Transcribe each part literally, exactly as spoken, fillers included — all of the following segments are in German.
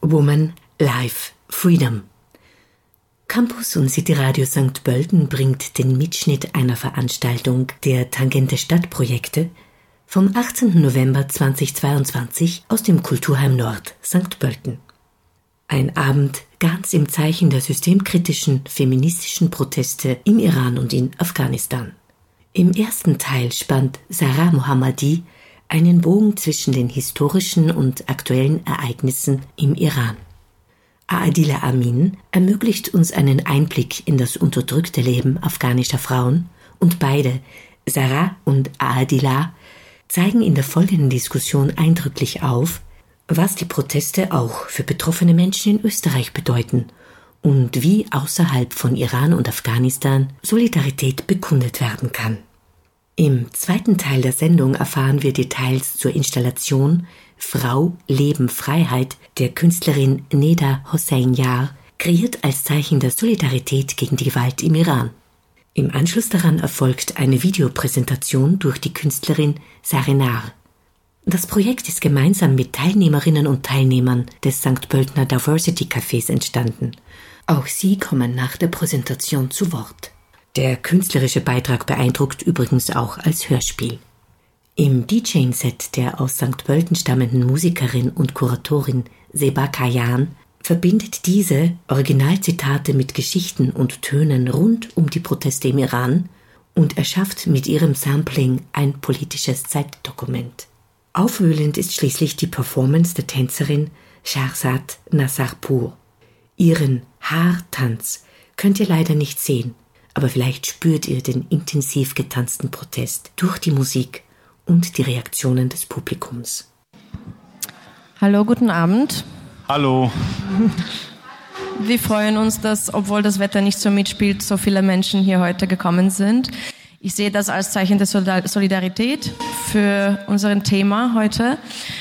Woman, Life, Freedom. Campus und City Radio Sankt Pölten bringt den Mitschnitt einer Veranstaltung der Tangente Stadtprojekte vom achtzehnten November zweitausendzweiundzwanzig aus dem Kulturheim Nord Sankt Pölten. Ein Abend ganz im Zeichen der systemkritischen feministischen Proteste im Iran und in Afghanistan. Im ersten Teil spannt Sarah Mohammadi einen Bogen zwischen den historischen und aktuellen Ereignissen im Iran. Aadila Amin ermöglicht uns einen Einblick in das unterdrückte Leben afghanischer Frauen und beide, Sarah und Aadila, zeigen in der folgenden Diskussion eindrücklich auf, was die Proteste auch für betroffene Menschen in Österreich bedeuten und wie außerhalb von Iran und Afghanistan Solidarität bekundet werden kann. Im zweiten Teil der Sendung erfahren wir Details zur Installation Frau, Leben, Freiheit der Künstlerin Neda Hossein-Yar, kreiert als Zeichen der Solidarität gegen die Gewalt im Iran. Im Anschluss daran erfolgt eine Videopräsentation durch die Künstlerin Sarenar. Das Projekt ist gemeinsam mit Teilnehmerinnen und Teilnehmern des Sankt Pöltener Diversity Cafés entstanden. Auch sie kommen nach der Präsentation zu Wort. Der künstlerische Beitrag beeindruckt übrigens auch als Hörspiel. Im D J-Set der aus Sankt Pölten stammenden Musikerin und Kuratorin Seba Kayan verbindet diese Originalzitate mit Geschichten und Tönen rund um die Proteste im Iran und erschafft mit ihrem Sampling ein politisches Zeitdokument. Aufwühlend ist schließlich die Performance der Tänzerin Shahrzad Nasarpur. Ihren Haartanz könnt ihr leider nicht sehen, aber vielleicht spürt ihr den intensiv getanzten Protest durch die Musik und die Reaktionen des Publikums. Hallo, guten Abend. Hallo. Wir freuen uns, dass, obwohl das Wetter nicht so mitspielt, so viele Menschen hier heute gekommen sind. Ich sehe das als Zeichen der Solidarität für unser Thema heute.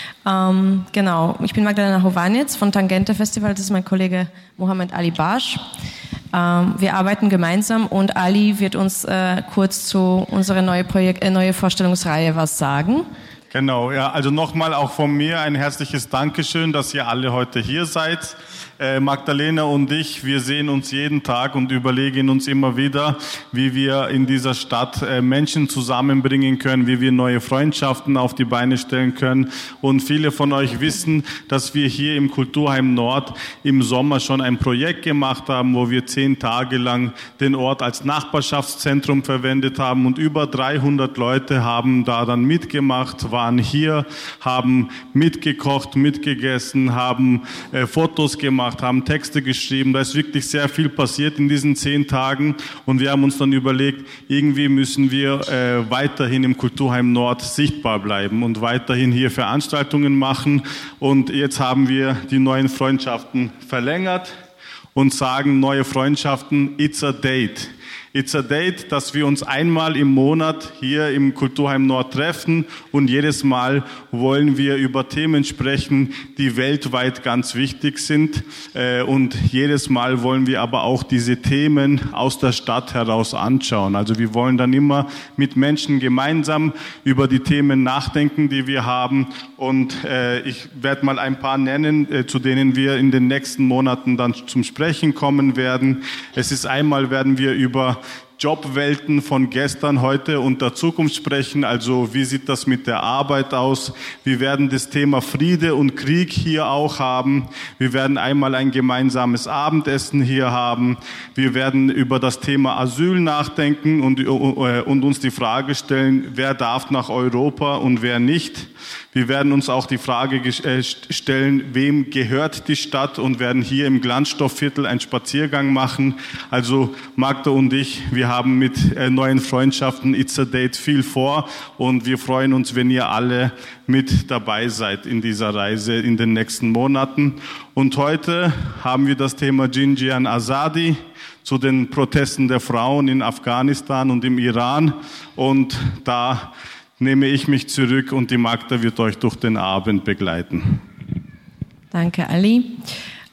Ähm, genau, ich bin Magdalena Hovanitz von Tangente Festival, das ist mein Kollege Mohammed Ali Basch. Ähm, wir arbeiten gemeinsam und Ali wird uns äh, kurz zu unserer neue Projekt, äh, neue Vorstellungsreihe was sagen. Genau, ja, also nochmal auch von mir ein herzliches Dankeschön, dass ihr alle heute hier seid. Äh, Magdalena und ich, wir sehen uns jeden Tag und überlegen uns immer wieder, wie wir in dieser Stadt äh, Menschen zusammenbringen können, wie wir neue Freundschaften auf die Beine stellen können. Und viele von euch wissen, dass wir hier im Kulturheim Nord im Sommer schon ein Projekt gemacht haben, wo wir zehn Tage lang den Ort als Nachbarschaftszentrum verwendet haben und über dreihundert Leute haben da dann mitgemacht, waren hier, haben mitgekocht, mitgegessen, haben äh, Fotos gemacht, haben Texte geschrieben. Da ist wirklich sehr viel passiert in diesen zehn Tagen und wir haben uns dann überlegt, irgendwie müssen wir äh, weiterhin im Kulturheim Nord sichtbar bleiben und weiterhin hier Veranstaltungen machen. Und jetzt haben wir die neuen Freundschaften verlängert und sagen, neue Freundschaften, it's a date. It's a date, dass wir uns einmal im Monat hier im Kulturheim Nord treffen und jedes Mal wollen wir über Themen sprechen, die weltweit ganz wichtig sind und jedes Mal wollen wir aber auch diese Themen aus der Stadt heraus anschauen. Also wir wollen dann immer mit Menschen gemeinsam über die Themen nachdenken, die wir haben und ich werde mal ein paar nennen, zu denen wir in den nächsten Monaten dann zum Sprechen kommen werden. Es ist einmal, werden wir über Jobwelten von gestern, heute und der Zukunft sprechen. Also wie sieht das mit der Arbeit aus? Wir werden das Thema Friede und Krieg hier auch haben. Wir werden einmal ein gemeinsames Abendessen hier haben. Wir werden über das Thema Asyl nachdenken und, und uns die Frage stellen, wer darf nach Europa und wer nicht. Wir werden uns auch die Frage stellen, wem gehört die Stadt und werden hier im Glanzstoffviertel einen Spaziergang machen. Also Magda und ich, wir haben mit neuen Freundschaften It's a Date viel vor und wir freuen uns, wenn ihr alle mit dabei seid in dieser Reise in den nächsten Monaten. Und heute haben wir das Thema Jinjian Azadi zu den Protesten der Frauen in Afghanistan und im Iran und da nehme ich mich zurück und die Magda wird euch durch den Abend begleiten. Danke, Ali.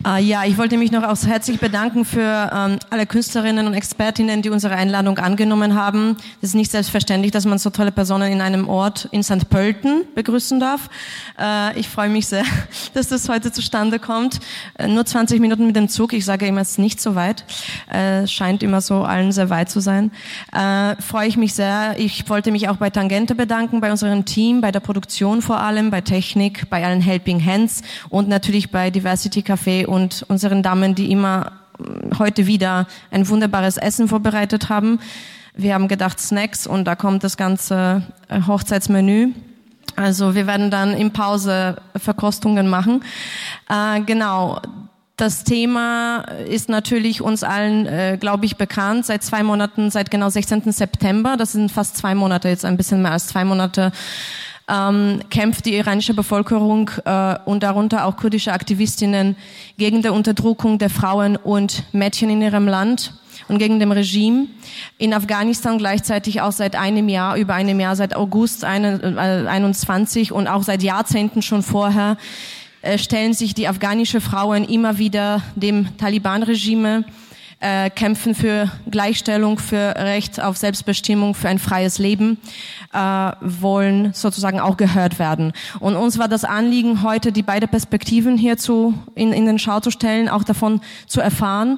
Uh, ja, ich wollte mich noch auch herzlich bedanken für ähm, alle Künstlerinnen und Expertinnen, die unsere Einladung angenommen haben. Es ist nicht selbstverständlich, dass man so tolle Personen in einem Ort in Sankt Pölten begrüßen darf. Uh, ich freue mich sehr, dass das heute zustande kommt. Uh, nur zwanzig Minuten mit dem Zug. Ich sage immer, es ist nicht so weit. Uh, scheint immer so allen sehr weit zu sein. Uh, freue ich mich sehr. Ich wollte mich auch bei Tangente bedanken, bei unserem Team, bei der Produktion vor allem, bei Technik, bei allen Helping Hands und natürlich bei Diversity Café und unseren Damen, die immer heute wieder ein wunderbares Essen vorbereitet haben. Wir haben gedacht Snacks und da kommt das ganze Hochzeitsmenü. Also wir werden dann in Pause Verkostungen machen. Äh, genau. Das Thema ist natürlich uns allen, äh, glaube ich, bekannt. Seit zwei Monaten, seit genau sechzehnten September, das sind fast zwei Monate, jetzt ein bisschen mehr als zwei Monate, Ähm, kämpft die iranische Bevölkerung äh, und darunter auch kurdische Aktivistinnen gegen die Unterdrückung der Frauen und Mädchen in ihrem Land und gegen dem Regime. In Afghanistan gleichzeitig auch seit einem Jahr, über einem Jahr, seit August einundzwanzig und auch seit Jahrzehnten schon vorher äh, stellen sich die afghanische Frauen immer wieder dem Taliban-Regime, äh, kämpfen für Gleichstellung, für Recht auf Selbstbestimmung, für ein freies Leben, äh, wollen sozusagen auch gehört werden. Und uns war das Anliegen, heute die beiden Perspektiven hierzu in, in den Schau zu stellen, auch davon zu erfahren.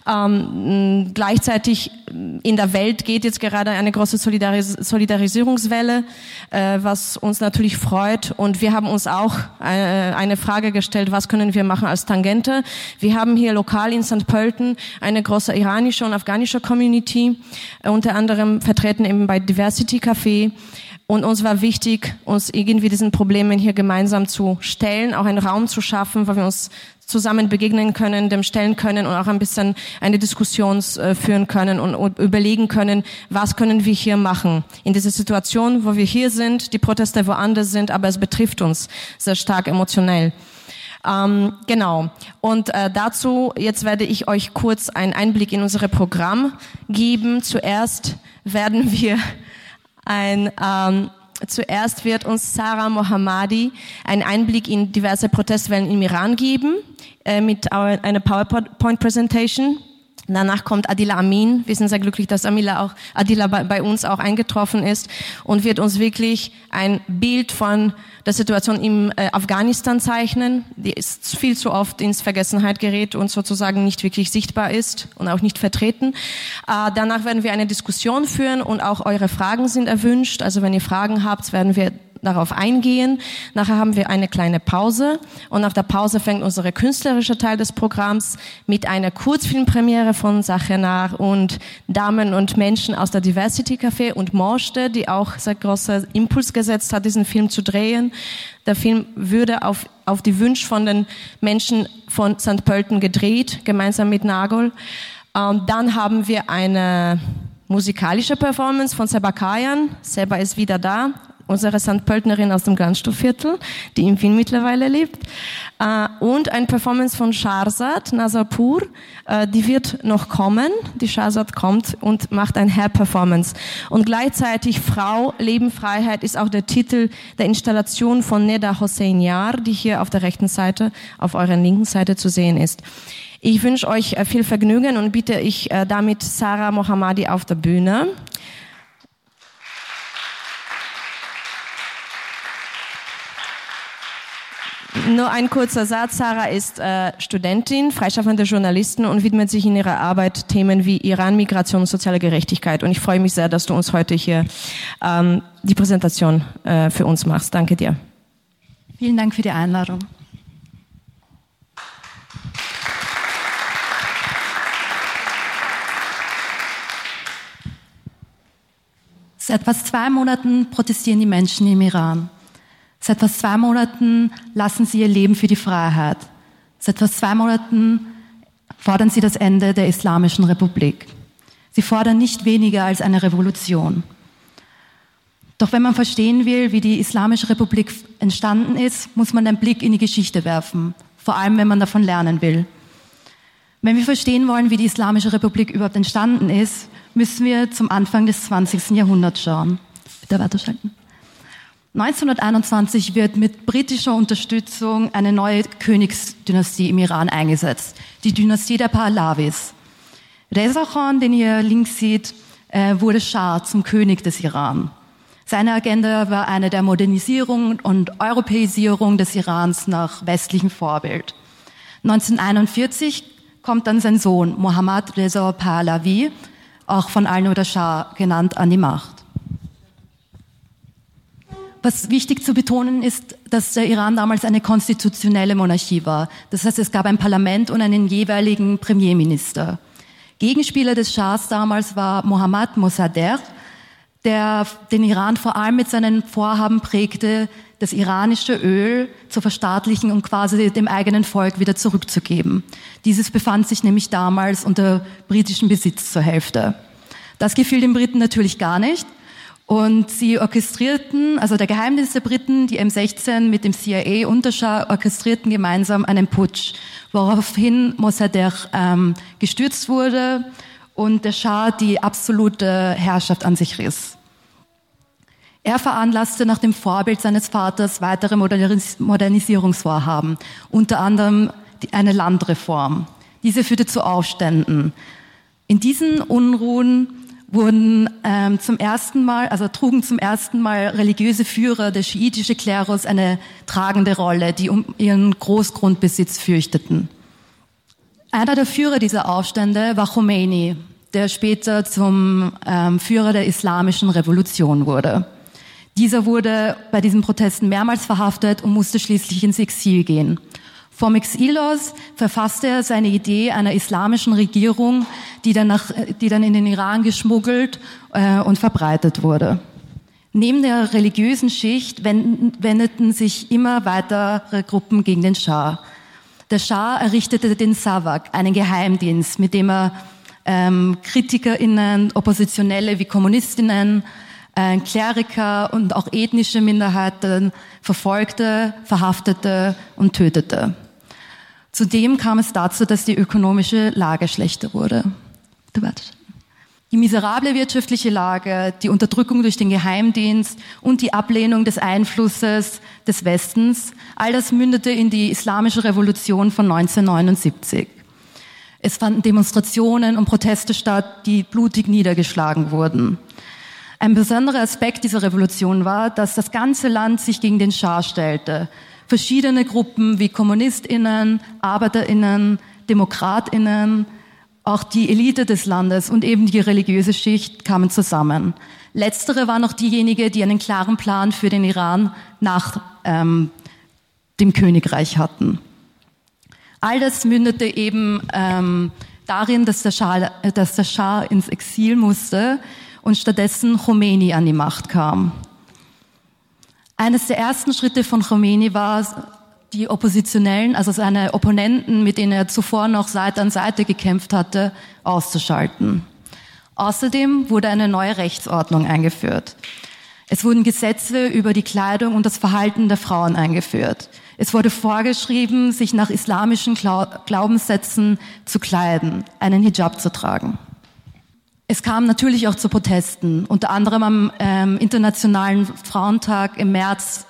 Ähm, gleichzeitig in der Welt geht jetzt gerade eine große Solidaris- Solidarisierungswelle, äh, was uns natürlich freut. Und wir haben uns auch eine, eine Frage gestellt, was können wir machen als Tangente? Wir haben hier lokal in Sankt Pölten eine große iranische und afghanische Community, äh, unter anderem vertreten eben bei Diversity Café. Und uns war wichtig, uns irgendwie diesen Problemen hier gemeinsam zu stellen, auch einen Raum zu schaffen, wo wir uns zusammen begegnen können, dem stellen können und auch ein bisschen eine Diskussion äh, führen können und, und überlegen können, was können wir hier machen in dieser Situation, wo wir hier sind, die Proteste woanders sind, aber es betrifft uns sehr stark emotionell. Ähm, genau. Und äh, dazu, jetzt werde ich euch kurz einen Einblick in unser Programm geben. Zuerst werden wir ein... Ähm, Zuerst wird uns Sarah Mohammadi einen Einblick in diverse Protestwellen im Iran geben, äh, mit einer PowerPoint-Präsentation. Danach kommt Adila Amin. Wir sind sehr glücklich, dass Amila auch, Adila bei, bei uns auch eingetroffen ist und wird uns wirklich ein Bild von der Situation im äh, Afghanistan zeichnen, die ist viel zu oft ins Vergessenheit gerät und sozusagen nicht wirklich sichtbar ist und auch nicht vertreten. Äh, danach werden wir eine Diskussion führen und auch eure Fragen sind erwünscht. Also wenn ihr Fragen habt, werden wir darauf eingehen. Nachher haben wir eine kleine Pause und nach der Pause fängt unser künstlerischer Teil des Programms mit einer Kurzfilmpremiere von Sachenar und Damen und Menschen aus der Diversity Café und Morste, die auch sehr großer Impuls gesetzt hat, diesen Film zu drehen. Der Film würde auf, auf die Wünsche von den Menschen von Sankt Pölten gedreht, gemeinsam mit Nagol. Und dann haben wir eine musikalische Performance von Seba Kayan. Seba ist wieder da. Unsere Sankt Pöltnerin aus dem Grandstofviertel, die in Wien mittlerweile lebt. Äh, und ein Performance von Shahrzad Nazarpur, äh, die wird noch kommen. Die Shahrzad kommt und macht ein Hair-Performance. Und gleichzeitig Frau, Leben, Freiheit ist auch der Titel der Installation von Neda Hossein-Yar, die hier auf der rechten Seite, auf eurer linken Seite zu sehen ist. Ich wünsche euch viel Vergnügen und bitte ich äh, damit Sarah Mohammadi auf der Bühne. Nur ein kurzer Satz. Sarah ist äh, Studentin, freischaffende Journalistin und widmet sich in ihrer Arbeit Themen wie Iran, Migration und soziale Gerechtigkeit. Und ich freue mich sehr, dass du uns heute hier ähm, die Präsentation äh, für uns machst. Danke dir. Vielen Dank für die Einladung. Seit fast zwei Monaten protestieren die Menschen im Iran. Seit fast zwei Monaten lassen sie ihr Leben für die Freiheit. Seit fast zwei Monaten fordern sie das Ende der Islamischen Republik. Sie fordern nicht weniger als eine Revolution. Doch wenn man verstehen will, wie die Islamische Republik entstanden ist, muss man einen Blick in die Geschichte werfen, vor allem wenn man davon lernen will. Wenn wir verstehen wollen, wie die Islamische Republik überhaupt entstanden ist, müssen wir zum Anfang des zwanzigsten Jahrhunderts schauen. Bitte weiterschalten. neunzehnhunderteinundzwanzig wird mit britischer Unterstützung eine neue Königsdynastie im Iran eingesetzt, die Dynastie der Pahlavis. Reza Khan, den ihr links seht, wurde Schah zum König des Iran. Seine Agenda war eine der Modernisierung und Europäisierung des Irans nach westlichem Vorbild. neunzehnhunderteinundvierzig kommt dann sein Sohn Mohammad Reza Pahlavi, auch von allen oder Schah genannt, an die Macht. Was wichtig zu betonen ist, dass der Iran damals eine konstitutionelle Monarchie war. Das heißt, es gab ein Parlament und einen jeweiligen Premierminister. Gegenspieler des Schahs damals war Mohammad Mossadegh, der den Iran vor allem mit seinen Vorhaben prägte, das iranische Öl zu verstaatlichen und quasi dem eigenen Volk wieder zurückzugeben. Dieses befand sich nämlich damals unter britischem Besitz zur Hälfte. Das gefiel den Briten natürlich gar nicht. Und sie orchestrierten, also der Geheimdienst der Briten, die M sechzehn mit dem C I A und der Schah orchestrierten gemeinsam einen Putsch, woraufhin Mossadegh ähm, gestürzt wurde und der Schah die absolute Herrschaft an sich riss. Er veranlasste nach dem Vorbild seines Vaters weitere Modernis- Modernisierungsvorhaben, unter anderem die, eine Landreform. Diese führte zu Aufständen. In diesen Unruhen wurden ähm, zum ersten Mal, also trugen zum ersten Mal religiöse Führer, der schiitische Klerus, eine tragende Rolle, die um ihren Großgrundbesitz fürchteten. Einer der Führer dieser Aufstände war Khomeini, der später zum ähm, Führer der islamischen Revolution wurde. Dieser wurde bei diesen Protesten mehrmals verhaftet und musste schließlich ins Exil gehen. Vom Exil aus verfasste er seine Idee einer islamischen Regierung, die dann, nach, die dann in den Iran geschmuggelt äh, und verbreitet wurde. Neben der religiösen Schicht wenden, wendeten sich immer weitere Gruppen gegen den Schah. Der Schah errichtete den Savak, einen Geheimdienst, mit dem er ähm, KritikerInnen, Oppositionelle wie Kommunistinnen, äh, Kleriker und auch ethnische Minderheiten verfolgte, verhaftete und tötete. Zudem kam es dazu, dass die ökonomische Lage schlechter wurde. Die miserable wirtschaftliche Lage, die Unterdrückung durch den Geheimdienst und die Ablehnung des Einflusses des Westens, all das mündete in die Islamische Revolution von neunzehnhundertneunundsiebzig. Es fanden Demonstrationen und Proteste statt, die blutig niedergeschlagen wurden. Ein besonderer Aspekt dieser Revolution war, dass das ganze Land sich gegen den Schah stellte. Verschiedene Gruppen wie KommunistInnen, ArbeiterInnen, DemokratInnen, auch die Elite des Landes und eben die religiöse Schicht kamen zusammen. Letztere war noch diejenige, die einen klaren Plan für den Iran nach ähm, dem Königreich hatten. All das mündete eben ähm, darin, dass der, Schah, dass der Schah ins Exil musste und stattdessen Khomeini an die Macht kam. Eines der ersten Schritte von Khomeini war, die Oppositionellen, also seine Opponenten, mit denen er zuvor noch Seite an Seite gekämpft hatte, auszuschalten. Außerdem wurde eine neue Rechtsordnung eingeführt. Es wurden Gesetze über die Kleidung und das Verhalten der Frauen eingeführt. Es wurde vorgeschrieben, sich nach islamischen Glaubenssätzen zu kleiden, einen Hijab zu tragen. Es kam natürlich auch zu Protesten, unter anderem am ähm, Internationalen Frauentag im März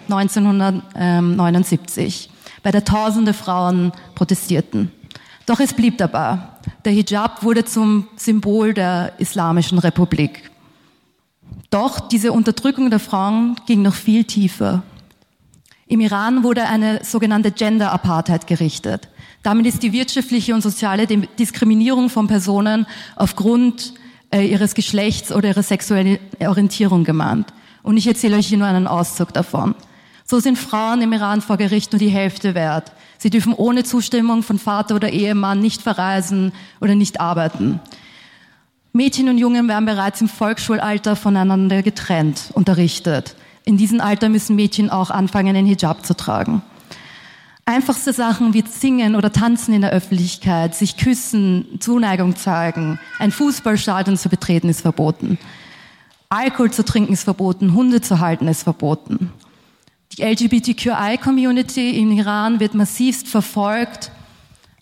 neunzehnhundertneunundsiebzig, bei der tausende Frauen protestierten. Doch es blieb dabei. Der Hijab wurde zum Symbol der Islamischen Republik. Doch diese Unterdrückung der Frauen ging noch viel tiefer. Im Iran wurde eine sogenannte Gender Apartheid gerichtet. Damit ist die wirtschaftliche und soziale Diskriminierung von Personen aufgrund äh, ihres Geschlechts oder ihrer sexuellen Orientierung gemeint. Und ich erzähle euch hier nur einen Auszug davon. So sind Frauen im Iran vor Gericht nur die Hälfte wert. Sie dürfen ohne Zustimmung von Vater oder Ehemann nicht verreisen oder nicht arbeiten. Mädchen und Jungen werden bereits im Volksschulalter voneinander getrennt, unterrichtet. In diesem Alter müssen Mädchen auch anfangen, einen Hijab zu tragen. Einfachste Sachen wie Singen oder Tanzen in der Öffentlichkeit, sich küssen, Zuneigung zeigen, ein Fußballstadion zu betreten ist verboten. Alkohol zu trinken ist verboten, Hunde zu halten ist verboten. Die L G B T Q I-Community im Iran wird massivst verfolgt,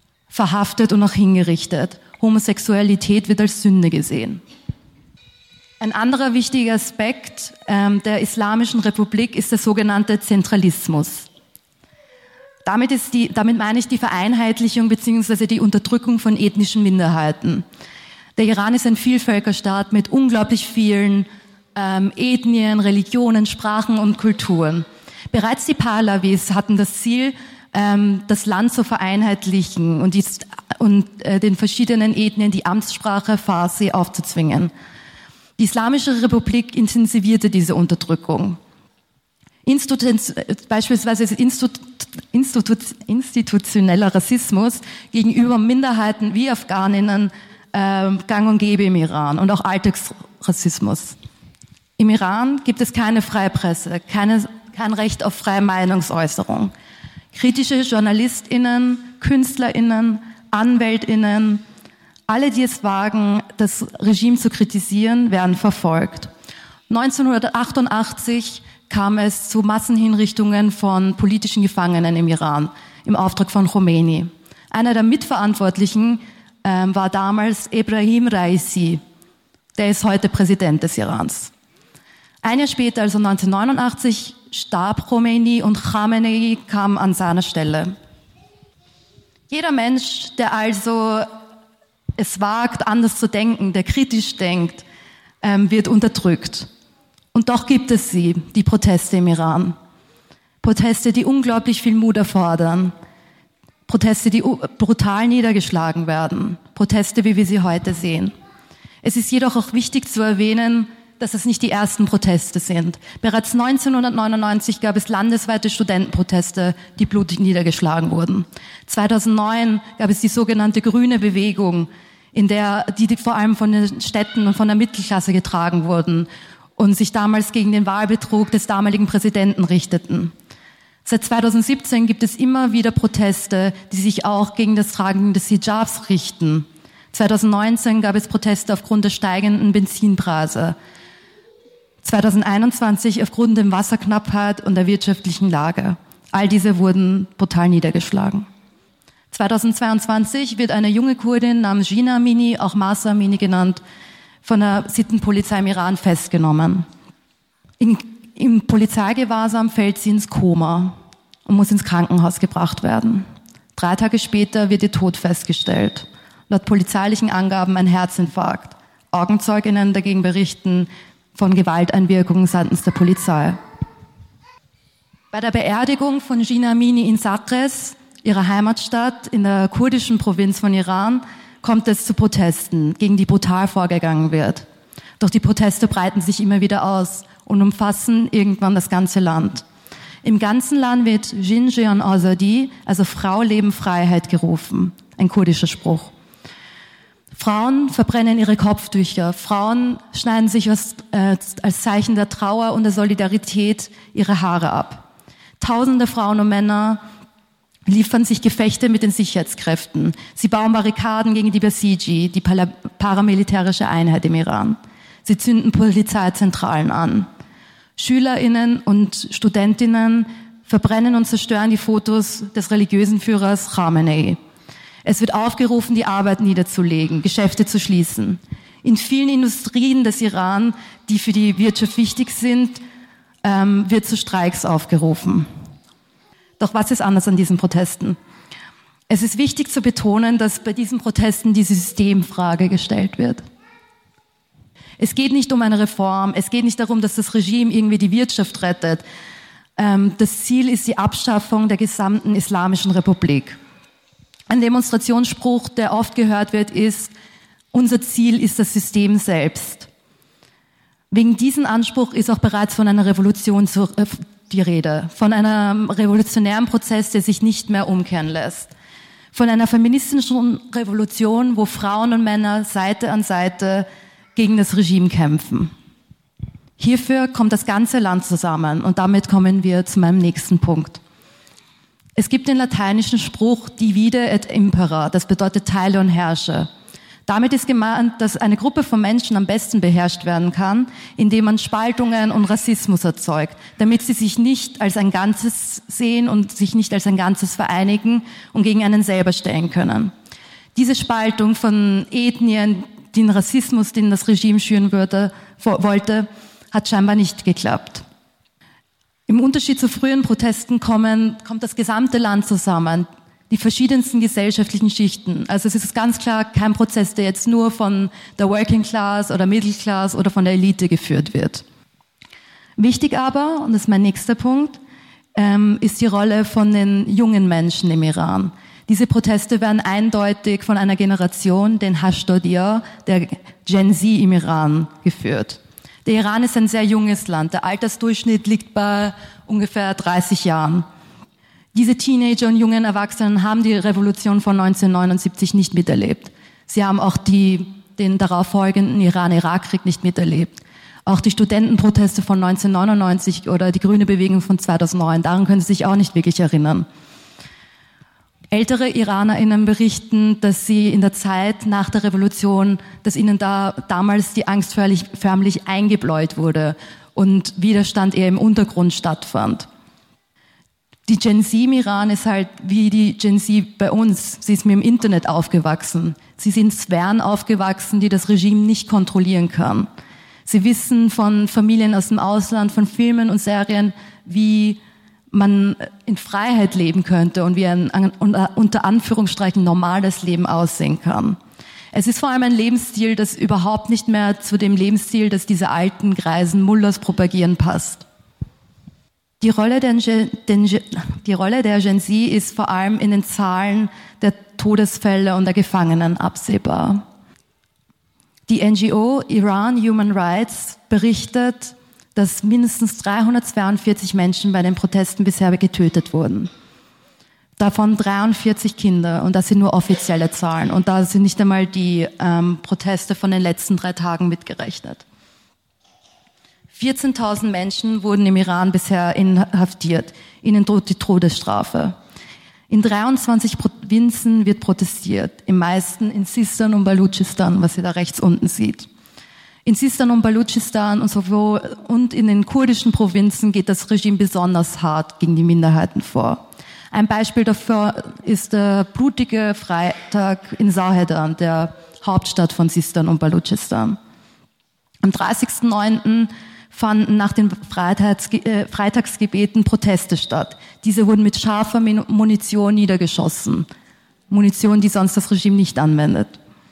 verhaftet und auch hingerichtet. Homosexualität wird als Sünde gesehen. Ein anderer wichtiger Aspekt ähm, der Islamischen Republik ist der sogenannte Zentralismus. Damit, ist die, damit meine ich die Vereinheitlichung bzw. die Unterdrückung von ethnischen Minderheiten. Der Iran ist ein Vielvölkerstaat mit unglaublich vielen ähm, Ethnien, Religionen, Sprachen und Kulturen. Bereits die Pahlavis hatten das Ziel, ähm, das Land zu vereinheitlichen und, die, und äh, den verschiedenen Ethnien die Amtssprache Farsi aufzuzwingen. Die Islamische Republik intensivierte diese Unterdrückung. Institut, beispielsweise Institut, Institut, institutioneller Rassismus gegenüber Minderheiten wie Afghaninnen äh, gang und gäbe im Iran und auch Alltagsrassismus. Im Iran gibt es keine freie Presse, keine, kein Recht auf freie Meinungsäußerung. Kritische JournalistInnen, KünstlerInnen, AnwältInnen, alle, die es wagen, das Regime zu kritisieren, werden verfolgt. neunzehnhundertachtundachtzig kam es zu Massenhinrichtungen von politischen Gefangenen im Iran im Auftrag von Khomeini. Einer der Mitverantwortlichen ähm, war damals Ebrahim Raisi. Der ist heute Präsident des Irans. Ein Jahr später, also neunzehnhundertneunundachtzig, starb Khomeini und Khamenei kam an seiner Stelle. Jeder Mensch, der also es wagt, anders zu denken, der kritisch denkt, ähm, wird unterdrückt. Und doch gibt es sie, die Proteste im Iran. Proteste, die unglaublich viel Mut erfordern. Proteste, die brutal niedergeschlagen werden. Proteste, wie wir sie heute sehen. Es ist jedoch auch wichtig zu erwähnen, dass es nicht die ersten Proteste sind. Bereits neunzehnhundertneunundneunzig gab es landesweite Studentenproteste, die blutig niedergeschlagen wurden. zweitausendneun gab es die sogenannte Grüne Bewegung, in der die, die vor allem von den Städten und von der Mittelklasse getragen wurden und sich damals gegen den Wahlbetrug des damaligen Präsidenten richteten. Seit zweitausendsiebzehn gibt es immer wieder Proteste, die sich auch gegen das Tragen des Hijabs richten. zweitausendneunzehn gab es Proteste aufgrund der steigenden Benzinpreise. zweitausendeinundzwanzig aufgrund der Wasserknappheit und der wirtschaftlichen Lage. All diese wurden brutal niedergeschlagen. zweitausendzweiundzwanzig wird eine junge Kurdin namens Jina Amini, auch Mahsa Amini genannt, von der Sittenpolizei im Iran festgenommen. In, Im Polizeigewahrsam fällt sie ins Koma und muss ins Krankenhaus gebracht werden. Drei Tage später wird ihr Tod festgestellt. Laut polizeilichen Angaben ein Herzinfarkt. Augenzeuginnen dagegen berichten von Gewalteinwirkungen seitens der Polizei. Bei der Beerdigung von Jina Amini in Sakres, ihrer Heimatstadt in der kurdischen Provinz von Iran, kommt es zu Protesten, gegen die brutal vorgegangen wird. Doch die Proteste breiten sich immer wieder aus und umfassen irgendwann das ganze Land. Im ganzen Land wird Jin Jiyan Azadi, also Frau, Leben, Freiheit gerufen, ein kurdischer Spruch. Frauen verbrennen ihre Kopftücher, Frauen schneiden sich als, äh, als Zeichen der Trauer und der Solidarität ihre Haare ab. Tausende Frauen und Männer liefern sich Gefechte mit den Sicherheitskräften. Sie bauen Barrikaden gegen die Basiji, die paramilitärische Einheit im Iran. Sie zünden Polizeizentralen an. SchülerInnen und StudentInnen verbrennen und zerstören die Fotos des religiösen Führers Khamenei. Es wird aufgerufen, die Arbeit niederzulegen, Geschäfte zu schließen. In vielen Industrien des Iran, die für die Wirtschaft wichtig sind, ähm, wird zu Streiks aufgerufen. Doch was ist anders an diesen Protesten? Es ist wichtig zu betonen, dass bei diesen Protesten die Systemfrage gestellt wird. Es geht nicht um eine Reform, es geht nicht darum, dass das Regime irgendwie die Wirtschaft rettet. Ähm, das Ziel ist die Abschaffung der gesamten Islamischen Republik. Ein Demonstrationsspruch, der oft gehört wird, ist: Unser Ziel ist das System selbst. Wegen diesem Anspruch ist auch bereits von einer Revolution zu, äh, die Rede, von einem revolutionären Prozess, der sich nicht mehr umkehren lässt, von einer feministischen Revolution, wo Frauen und Männer Seite an Seite gegen das Regime kämpfen. Hierfür kommt das ganze Land zusammen und damit kommen wir zu meinem nächsten Punkt. Es gibt den lateinischen Spruch divide et impera, das bedeutet teile und herrsche. Damit ist gemeint, dass eine Gruppe von Menschen am besten beherrscht werden kann, indem man Spaltungen und Rassismus erzeugt, damit sie sich nicht als ein Ganzes sehen und sich nicht als ein Ganzes vereinigen und gegen einen selber stellen können. Diese Spaltung von Ethnien, den Rassismus, den das Regime schüren würde, wollte, hat scheinbar nicht geklappt. Im Unterschied zu früheren Protesten kommen, kommt das gesamte Land zusammen, die verschiedensten gesellschaftlichen Schichten. Also es ist ganz klar kein Prozess, der jetzt nur von der Working Class oder Middle Class oder von der Elite geführt wird. Wichtig aber, und das ist mein nächster Punkt, ähm, ist die Rolle von den jungen Menschen im Iran. Diese Proteste werden eindeutig von einer Generation, den Hashtag-Dia, der Gen Z im Iran, geführt. Der Iran ist ein sehr junges Land. Der Altersdurchschnitt liegt bei ungefähr dreißig Jahren. Diese Teenager und jungen Erwachsenen haben die Revolution von neunzehnhundertneunundsiebzig nicht miterlebt. Sie haben auch die, den darauf folgenden Iran-Irak-Krieg nicht miterlebt. Auch die Studentenproteste von neunzehnhundertneunundneunzig oder die Grüne Bewegung von zweitausendneun, daran können Sie sich auch nicht wirklich erinnern. Ältere IranerInnen berichten, dass sie in der Zeit nach der Revolution, dass ihnen da damals die Angst förmlich, förmlich eingebläut wurde und Widerstand eher im Untergrund stattfand. Die Gen Z im Iran ist halt wie die Gen Z bei uns. Sie ist mit dem Internet aufgewachsen. Sie sind Sphären aufgewachsen, die das Regime nicht kontrollieren kann. Sie wissen von Familien aus dem Ausland, von Filmen und Serien, wie man in Freiheit leben könnte und wie ein unter Anführungsstrichen normales Leben aussehen kann. Es ist vor allem ein Lebensstil, das überhaupt nicht mehr zu dem Lebensstil, das diese alten, greisen Mullahs propagieren, passt. Die Rolle der, den, die Rolle der Gen Z ist vor allem in den Zahlen der Todesfälle und der Gefangenen absehbar. Die N G O Iran Human Rights berichtet, dass mindestens dreihundertzweiundvierzig Menschen bei den Protesten bisher getötet wurden. Davon dreiundvierzig Kinder, und das sind nur offizielle Zahlen. Und da sind nicht einmal die ähm, Proteste von den letzten drei Tagen mitgerechnet. vierzehntausend Menschen wurden im Iran bisher inhaftiert. Ihnen droht die Todesstrafe. In dreiundzwanzig Provinzen wird protestiert, im meisten in Sistan und Baluchistan, was ihr da rechts unten sieht. In Sistan und Baluchistan und, sowohl, und in den kurdischen Provinzen geht das Regime besonders hart gegen die Minderheiten vor. Ein Beispiel dafür ist der blutige Freitag in Zahedan, der Hauptstadt von Sistan und Baluchistan. Am dreißigsten neunten fanden nach den Freitags- äh, Freitagsgebeten Proteste statt. Diese wurden mit scharfer Munition niedergeschossen. Munition, die sonst das Regime nicht anwendet.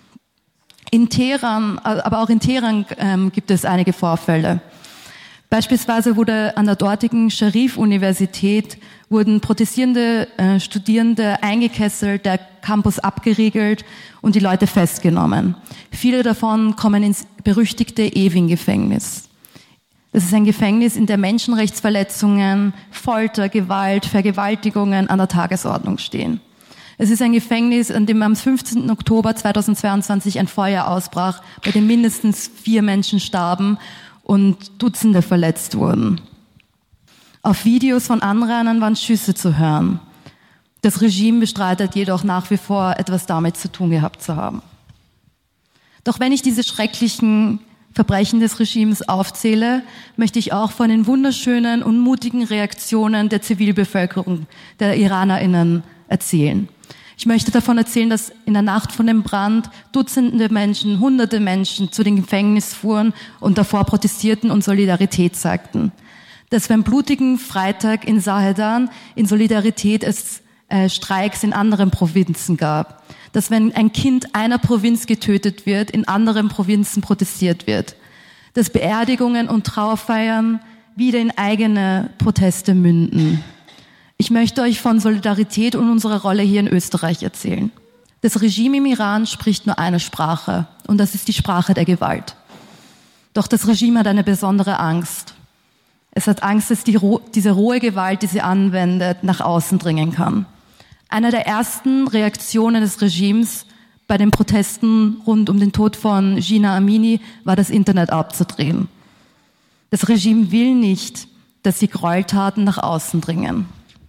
In Teheran, aber auch in Teheran ähm, gibt es einige Vorfälle. Beispielsweise wurde an der dortigen Sharif-Universität wurden protestierende äh, Studierende eingekesselt, der Campus abgeriegelt und die Leute festgenommen. Viele davon kommen ins berüchtigte Evin-Gefängnis. Das ist ein Gefängnis, in dem Menschenrechtsverletzungen, Folter, Gewalt, Vergewaltigungen an der Tagesordnung stehen. Es ist ein Gefängnis, an dem am fünfzehnten Oktober zweitausendzweiundzwanzig ein Feuer ausbrach, bei dem mindestens vier Menschen starben und Dutzende verletzt wurden. Auf Videos von Anrainern waren Schüsse zu hören. Das Regime bestreitet jedoch nach wie vor, etwas damit zu tun gehabt zu haben. Doch wenn ich diese schrecklichen Verbrechen des Regimes aufzähle, möchte ich auch von den wunderschönen und mutigen Reaktionen der Zivilbevölkerung, der IranerInnen erzählen. Ich möchte davon erzählen, dass in der Nacht von dem Brand Dutzende Menschen, Hunderte Menschen zu dem Gefängnis fuhren und davor protestierten und Solidarität zeigten. Dass beim blutigen Freitag in Zahedan in Solidarität es äh, Streiks in anderen Provinzen gab. Dass wenn ein Kind einer Provinz getötet wird, in anderen Provinzen protestiert wird. Dass Beerdigungen und Trauerfeiern wieder in eigene Proteste münden. Ich möchte euch von Solidarität und unserer Rolle hier in Österreich erzählen. Das Regime im Iran spricht nur eine Sprache, und das ist die Sprache der Gewalt. Doch das Regime hat eine besondere Angst. Es hat Angst, dass die, diese rohe Gewalt, die sie anwendet, nach außen dringen kann. Eine der ersten Reaktionen des Regimes bei den Protesten rund um den Tod von Jina Amini war, das Internet abzudrehen. Das Regime will nicht, dass die Gräueltaten nach außen dringen.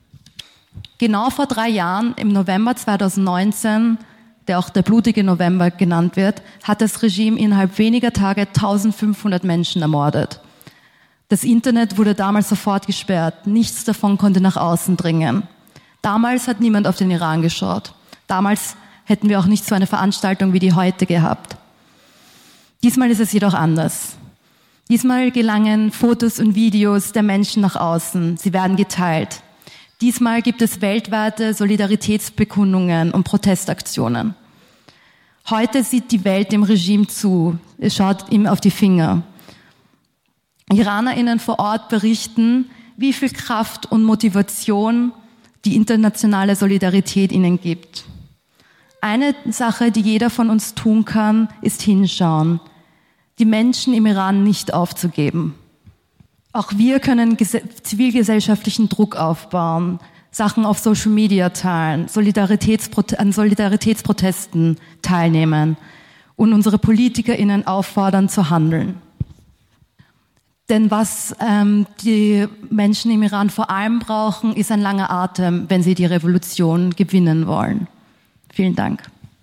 Genau vor drei Jahren, im November zweitausendneunzehn, der auch der blutige November genannt wird, hat das Regime innerhalb weniger Tage eintausendfünfhundert Menschen ermordet. Das Internet wurde damals sofort gesperrt. Nichts davon konnte nach außen dringen. Damals hat niemand auf den Iran geschaut. Damals hätten wir auch nicht so eine Veranstaltung wie die heute gehabt. Diesmal ist es jedoch anders. Diesmal gelangen Fotos und Videos der Menschen nach außen. Sie werden geteilt. Diesmal gibt es weltweite Solidaritätsbekundungen und Protestaktionen. Heute sieht die Welt dem Regime zu. Es schaut ihm auf die Finger. IranerInnen vor Ort berichten, wie viel Kraft und Motivation die internationale Solidarität ihnen gibt. Eine Sache, die jeder von uns tun kann, ist hinschauen. Die Menschen im Iran nicht aufzugeben. Auch wir können zivilgesellschaftlichen Druck aufbauen, Sachen auf Social Media teilen, Solidaritätsprote- an Solidaritätsprotesten teilnehmen und unsere PolitikerInnen auffordern zu handeln. Denn was ähm, die Menschen im Iran vor allem brauchen, ist ein langer Atem, wenn sie die Revolution gewinnen wollen. Vielen Dank.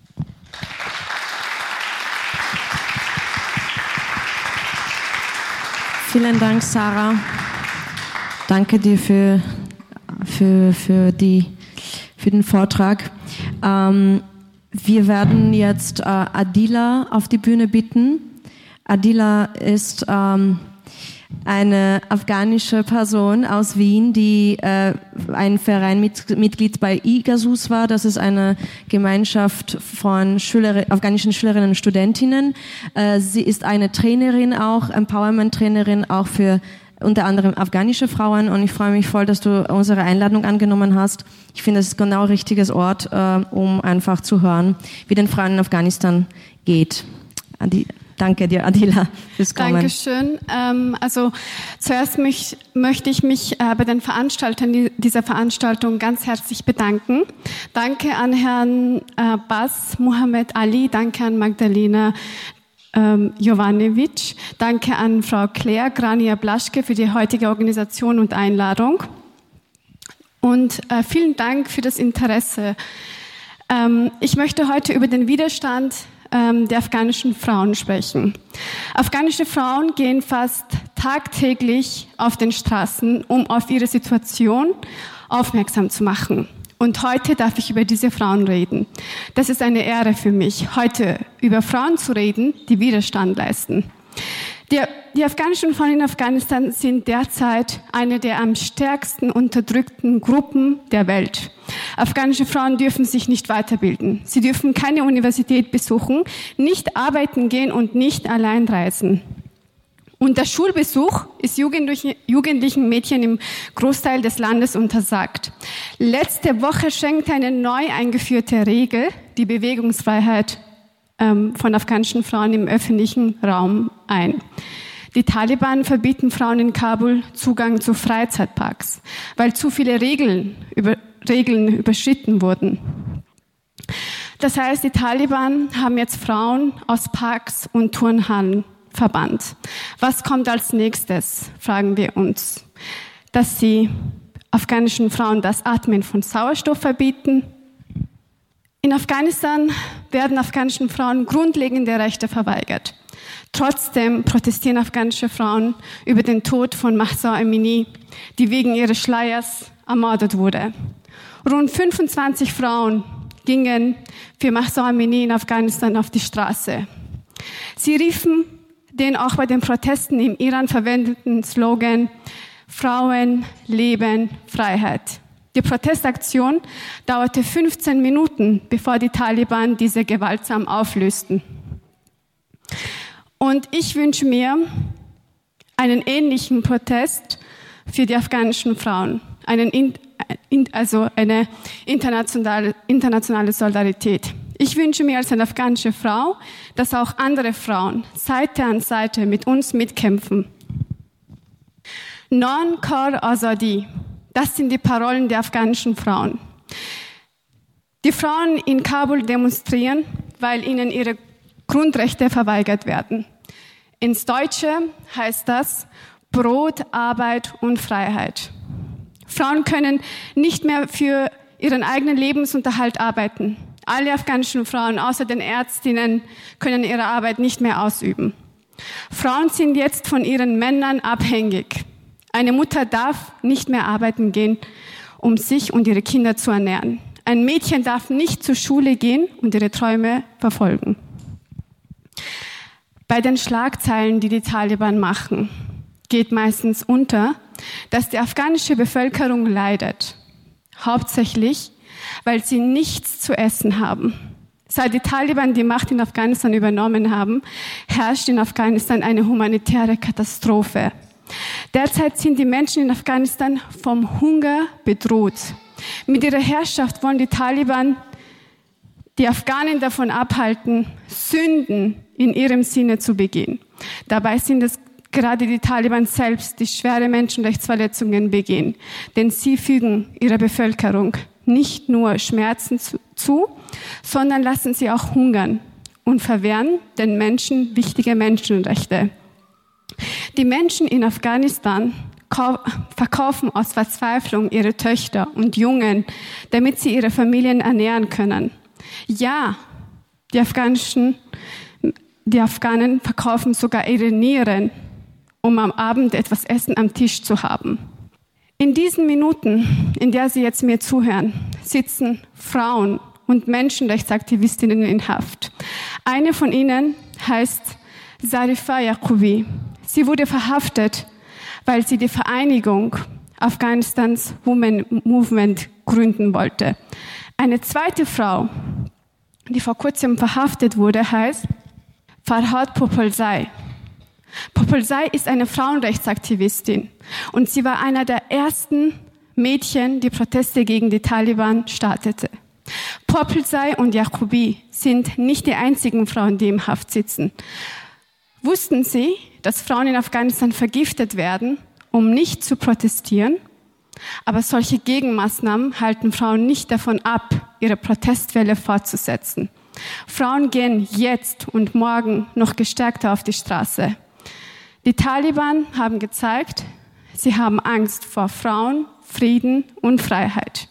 Vielen Dank, Sarah. Danke dir für, für, für, die, für den Vortrag. Ähm, wir werden jetzt äh, Adila auf die Bühne bitten. Adila ist ähm, eine afghanische Person aus Wien, die äh, ein Verein mit, Mitglied bei IGASUS war. Das ist eine Gemeinschaft von Schüler, afghanischen Schülerinnen und Studentinnen. Äh, sie ist eine Trainerin auch, Empowerment-Trainerin auch für unter anderem afghanische Frauen, und ich freue mich voll, dass du unsere Einladung angenommen hast. Ich finde, das ist genau ein richtiges Ort, äh, um einfach zu hören, wie den Frauen in Afghanistan geht. Adi- Danke dir, Adila, fürs Kommen. Dankeschön. Ähm, also zuerst mich, möchte ich mich äh, bei den Veranstaltern dieser Veranstaltung ganz herzlich bedanken. Danke an Herrn äh, Bas Mohammed Ali, danke an Magdalena ähm, Jovanovic, danke an Frau Claire Grania Blaschke für die heutige Organisation und Einladung. Und äh, vielen Dank für das Interesse. Ähm, ich möchte heute über den Widerstand der afghanischen Frauen sprechen. Afghanische Frauen gehen fast tagtäglich auf den Straßen, um auf ihre Situation aufmerksam zu machen. Und heute darf ich über diese Frauen reden. Das ist eine Ehre für mich, heute über Frauen zu reden, die Widerstand leisten. Die, die afghanischen Frauen in Afghanistan sind derzeit eine der am stärksten unterdrückten Gruppen der Welt. Afghanische Frauen dürfen sich nicht weiterbilden. Sie dürfen keine Universität besuchen, nicht arbeiten gehen und nicht allein reisen. Und der Schulbesuch ist jugendlichen, jugendlichen Mädchen im Großteil des Landes untersagt. Letzte Woche schenkte eine neu eingeführte Regel die Bewegungsfreiheit ähm, von afghanischen Frauen im öffentlichen Raum ein. Die Taliban verbieten Frauen in Kabul Zugang zu Freizeitparks, weil zu viele Regeln, über, Regeln überschritten wurden. Das heißt, die Taliban haben jetzt Frauen aus Parks und Turnhallen verbannt. Was kommt als nächstes, fragen wir uns. Dass sie afghanischen Frauen das Atmen von Sauerstoff verbieten. In Afghanistan werden afghanischen Frauen grundlegende Rechte verweigert. Trotzdem protestieren afghanische Frauen über den Tod von Mahsa Amini, die wegen ihres Schleiers ermordet wurde. Rund fünfundzwanzig Frauen gingen für Mahsa Amini in Afghanistan auf die Straße. Sie riefen den auch bei den Protesten im Iran verwendeten Slogan Frauen, Leben, Freiheit. Die Protestaktion dauerte fünfzehn Minuten, bevor die Taliban diese gewaltsam auflösten. Und ich wünsche mir einen ähnlichen Protest für die afghanischen Frauen, einen, also eine internationale, internationale Solidarität. Ich wünsche mir als eine afghanische Frau, dass auch andere Frauen Seite an Seite mit uns mitkämpfen. Non Kar Azadi, das sind die Parolen der afghanischen Frauen. Die Frauen in Kabul demonstrieren, weil ihnen ihre Grundrechte verweigert werden. Ins Deutsche heißt das Brot, Arbeit und Freiheit. Frauen können nicht mehr für ihren eigenen Lebensunterhalt arbeiten. Alle afghanischen Frauen, außer den Ärztinnen, können ihre Arbeit nicht mehr ausüben. Frauen sind jetzt von ihren Männern abhängig. Eine Mutter darf nicht mehr arbeiten gehen, um sich und ihre Kinder zu ernähren. Ein Mädchen darf nicht zur Schule gehen und ihre Träume verfolgen. Bei den Schlagzeilen, die die Taliban machen, geht meistens unter, dass die afghanische Bevölkerung leidet. Hauptsächlich, weil sie nichts zu essen haben. Seit die Taliban die Macht in Afghanistan übernommen haben, herrscht in Afghanistan eine humanitäre Katastrophe. Derzeit sind die Menschen in Afghanistan vom Hunger bedroht. Mit ihrer Herrschaft wollen die Taliban die Afghanen davon abhalten, Sünden in ihrem Sinne zu begehen. Dabei sind es gerade die Taliban selbst, die schwere Menschenrechtsverletzungen begehen. Denn sie fügen ihrer Bevölkerung nicht nur Schmerzen zu, sondern lassen sie auch hungern und verwehren den Menschen wichtige Menschenrechte. Die Menschen in Afghanistan verkaufen aus Verzweiflung ihre Töchter und Jungen, damit sie ihre Familien ernähren können. Ja, die afghanischen, die Afghanen verkaufen sogar ihre Nieren, um am Abend etwas Essen am Tisch zu haben. In diesen Minuten, in der Sie jetzt mir zuhören, sitzen Frauen und Menschenrechtsaktivistinnen in Haft. Eine von ihnen heißt Zarifa Yaqoubi. Sie wurde verhaftet, weil sie die Vereinigung Afghanistans Women Movement gründen wollte. Eine zweite Frau, die vor kurzem verhaftet wurde, heißt Farhad Popolzai. Popolzai ist eine Frauenrechtsaktivistin und sie war einer der ersten Mädchen, die Proteste gegen die Taliban startete. Popolzai und Yaqoubi sind nicht die einzigen Frauen, die im Haft sitzen. Wussten Sie, dass Frauen in Afghanistan vergiftet werden, um nicht zu protestieren? Aber solche Gegenmaßnahmen halten Frauen nicht davon ab, ihre Protestwelle fortzusetzen. Frauen gehen jetzt und morgen noch gestärkter auf die Straße. Die Taliban haben gezeigt, sie haben Angst vor Frauen, Frieden und Freiheit.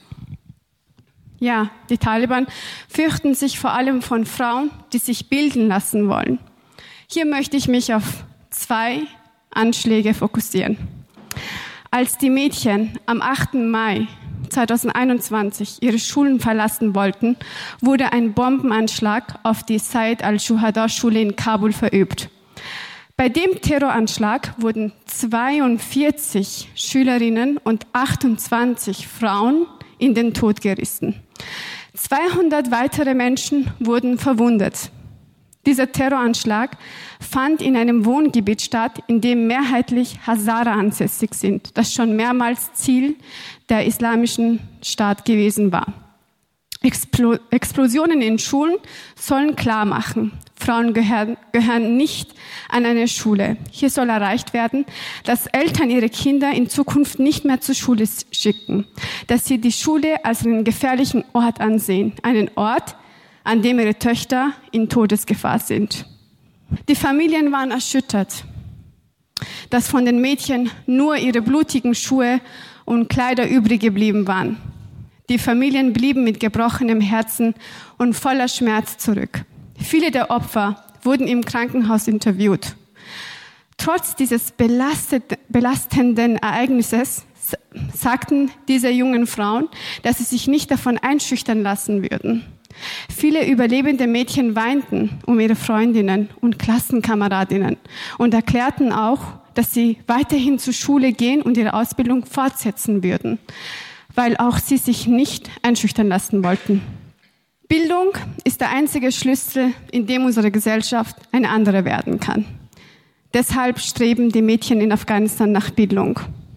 Ja, die Taliban fürchten sich vor allem von Frauen, die sich bilden lassen wollen. Hier möchte ich mich auf zwei Anschläge fokussieren. Als die Mädchen am achten Mai zweitausendeinundzwanzig ihre Schulen verlassen wollten, wurde ein Bombenanschlag auf die Said al-Shuhada-Schule in Kabul verübt. Bei dem Terroranschlag wurden zweiundvierzig Schülerinnen und achtundzwanzig Frauen in den Tod gerissen. zweihundert weitere Menschen wurden verwundet. Dieser Terroranschlag fand in einem Wohngebiet statt, in dem mehrheitlich Hazara ansässig sind, das schon mehrmals Ziel der islamischen Staat gewesen war. Explo- Explosionen in Schulen sollen klar machen, Frauen gehören, gehören nicht an eine Schule. Hier soll erreicht werden, dass Eltern ihre Kinder in Zukunft nicht mehr zur Schule schicken, dass sie die Schule als einen gefährlichen Ort ansehen, einen Ort, an dem ihre Töchter in Todesgefahr sind. Die Familien waren erschüttert, dass von den Mädchen nur ihre blutigen Schuhe und Kleider übrig geblieben waren. Die Familien blieben mit gebrochenem Herzen und voller Schmerz zurück. Viele der Opfer wurden im Krankenhaus interviewt. Trotz dieses belastet, belastenden Ereignisses sagten diese jungen Frauen, dass sie sich nicht davon einschüchtern lassen würden. Viele überlebende Mädchen weinten um ihre Freundinnen und Klassenkameradinnen und erklärten auch, dass sie weiterhin zur Schule gehen und ihre Ausbildung fortsetzen würden, weil auch sie sich nicht einschüchtern lassen wollten. Bildung ist der einzige Schlüssel, in dem unsere Gesellschaft eine andere werden kann. Deshalb streben die Mädchen in Afghanistan nach Bildung.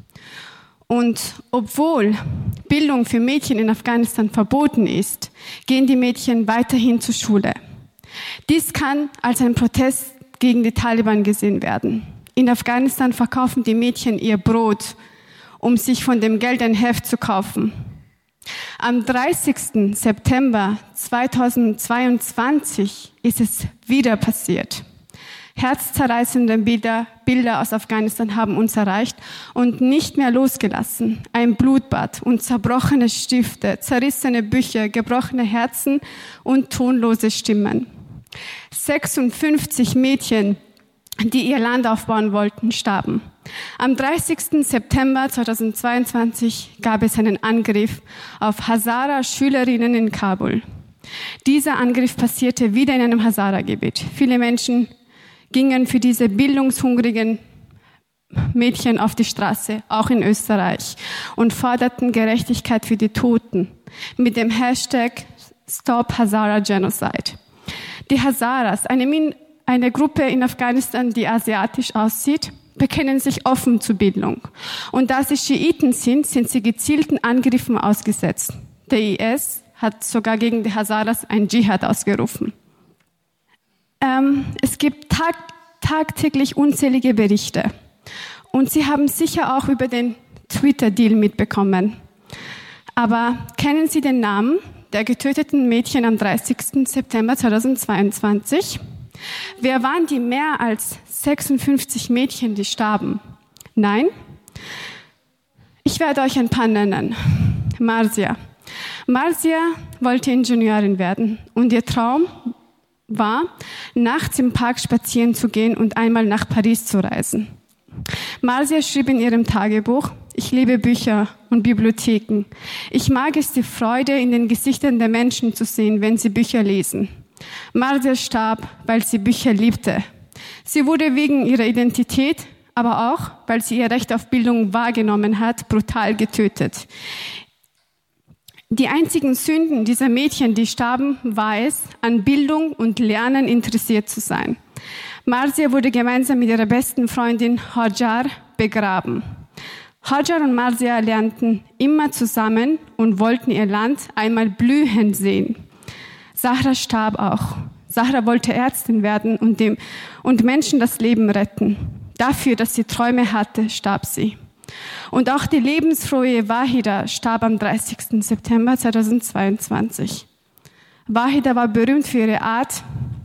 Und obwohl Bildung für Mädchen in Afghanistan verboten ist, gehen die Mädchen weiterhin zur Schule. Dies kann als ein Protest gegen die Taliban gesehen werden. In Afghanistan verkaufen die Mädchen ihr Brot, um sich von dem Geld ein Heft zu kaufen. Am dreißigsten September zweitausendzweiundzwanzig ist es wieder passiert. Herzzerreißende Bilder, Bilder aus Afghanistan haben uns erreicht und nicht mehr losgelassen. Ein Blutbad und zerbrochene Stifte, zerrissene Bücher, gebrochene Herzen und tonlose Stimmen. sechsundfünfzig Mädchen, die ihr Land aufbauen wollten, starben. Am dreißigsten September zweitausendzweiundzwanzig gab es einen Angriff auf Hazara-Schülerinnen in Kabul. Dieser Angriff passierte wieder in einem Hazara-Gebiet. Viele Menschen gingen für diese bildungshungrigen Mädchen auf die Straße, auch in Österreich, und forderten Gerechtigkeit für die Toten mit dem Hashtag Stop Hazara Genocide. Die Hazaras, eine, Min- eine Gruppe in Afghanistan, die asiatisch aussieht, bekennen sich offen zur Bildung. Und da sie Schiiten sind, sind sie gezielten Angriffen ausgesetzt. Der I S hat sogar gegen die Hazaras ein Dschihad ausgerufen. Ähm, es gibt tag- tagtäglich unzählige Berichte. Und Sie haben sicher auch über den Twitter-Deal mitbekommen. Aber kennen Sie den Namen der getöteten Mädchen am dreißigsten September zweitausendzweiundzwanzig? Wer waren die mehr als sechsundfünfzig Mädchen, die starben? Nein? Ich werde euch ein paar nennen. Marsia. Marsia wollte Ingenieurin werden und ihr Traum war, nachts im Park spazieren zu gehen und einmal nach Paris zu reisen. Marsia schrieb in ihrem Tagebuch: Ich liebe Bücher und Bibliotheken. Ich mag es, die Freude in den Gesichtern der Menschen zu sehen, wenn sie Bücher lesen. Marsia starb, weil sie Bücher liebte. Sie wurde wegen ihrer Identität, aber auch, weil sie ihr Recht auf Bildung wahrgenommen hat, brutal getötet. Die einzigen Sünden dieser Mädchen, die starben, war es, an Bildung und Lernen interessiert zu sein. Marsia wurde gemeinsam mit ihrer besten Freundin Hajar begraben. Hajar und Marsia lernten immer zusammen und wollten ihr Land einmal blühen sehen. Zahra starb auch. Zahra wollte Ärztin werden und, dem, und Menschen das Leben retten. Dafür, dass sie Träume hatte, starb sie. Und auch die lebensfrohe Wahida starb am dreißigsten September zweitausendzweiundzwanzig. Wahida war berühmt für ihre Art,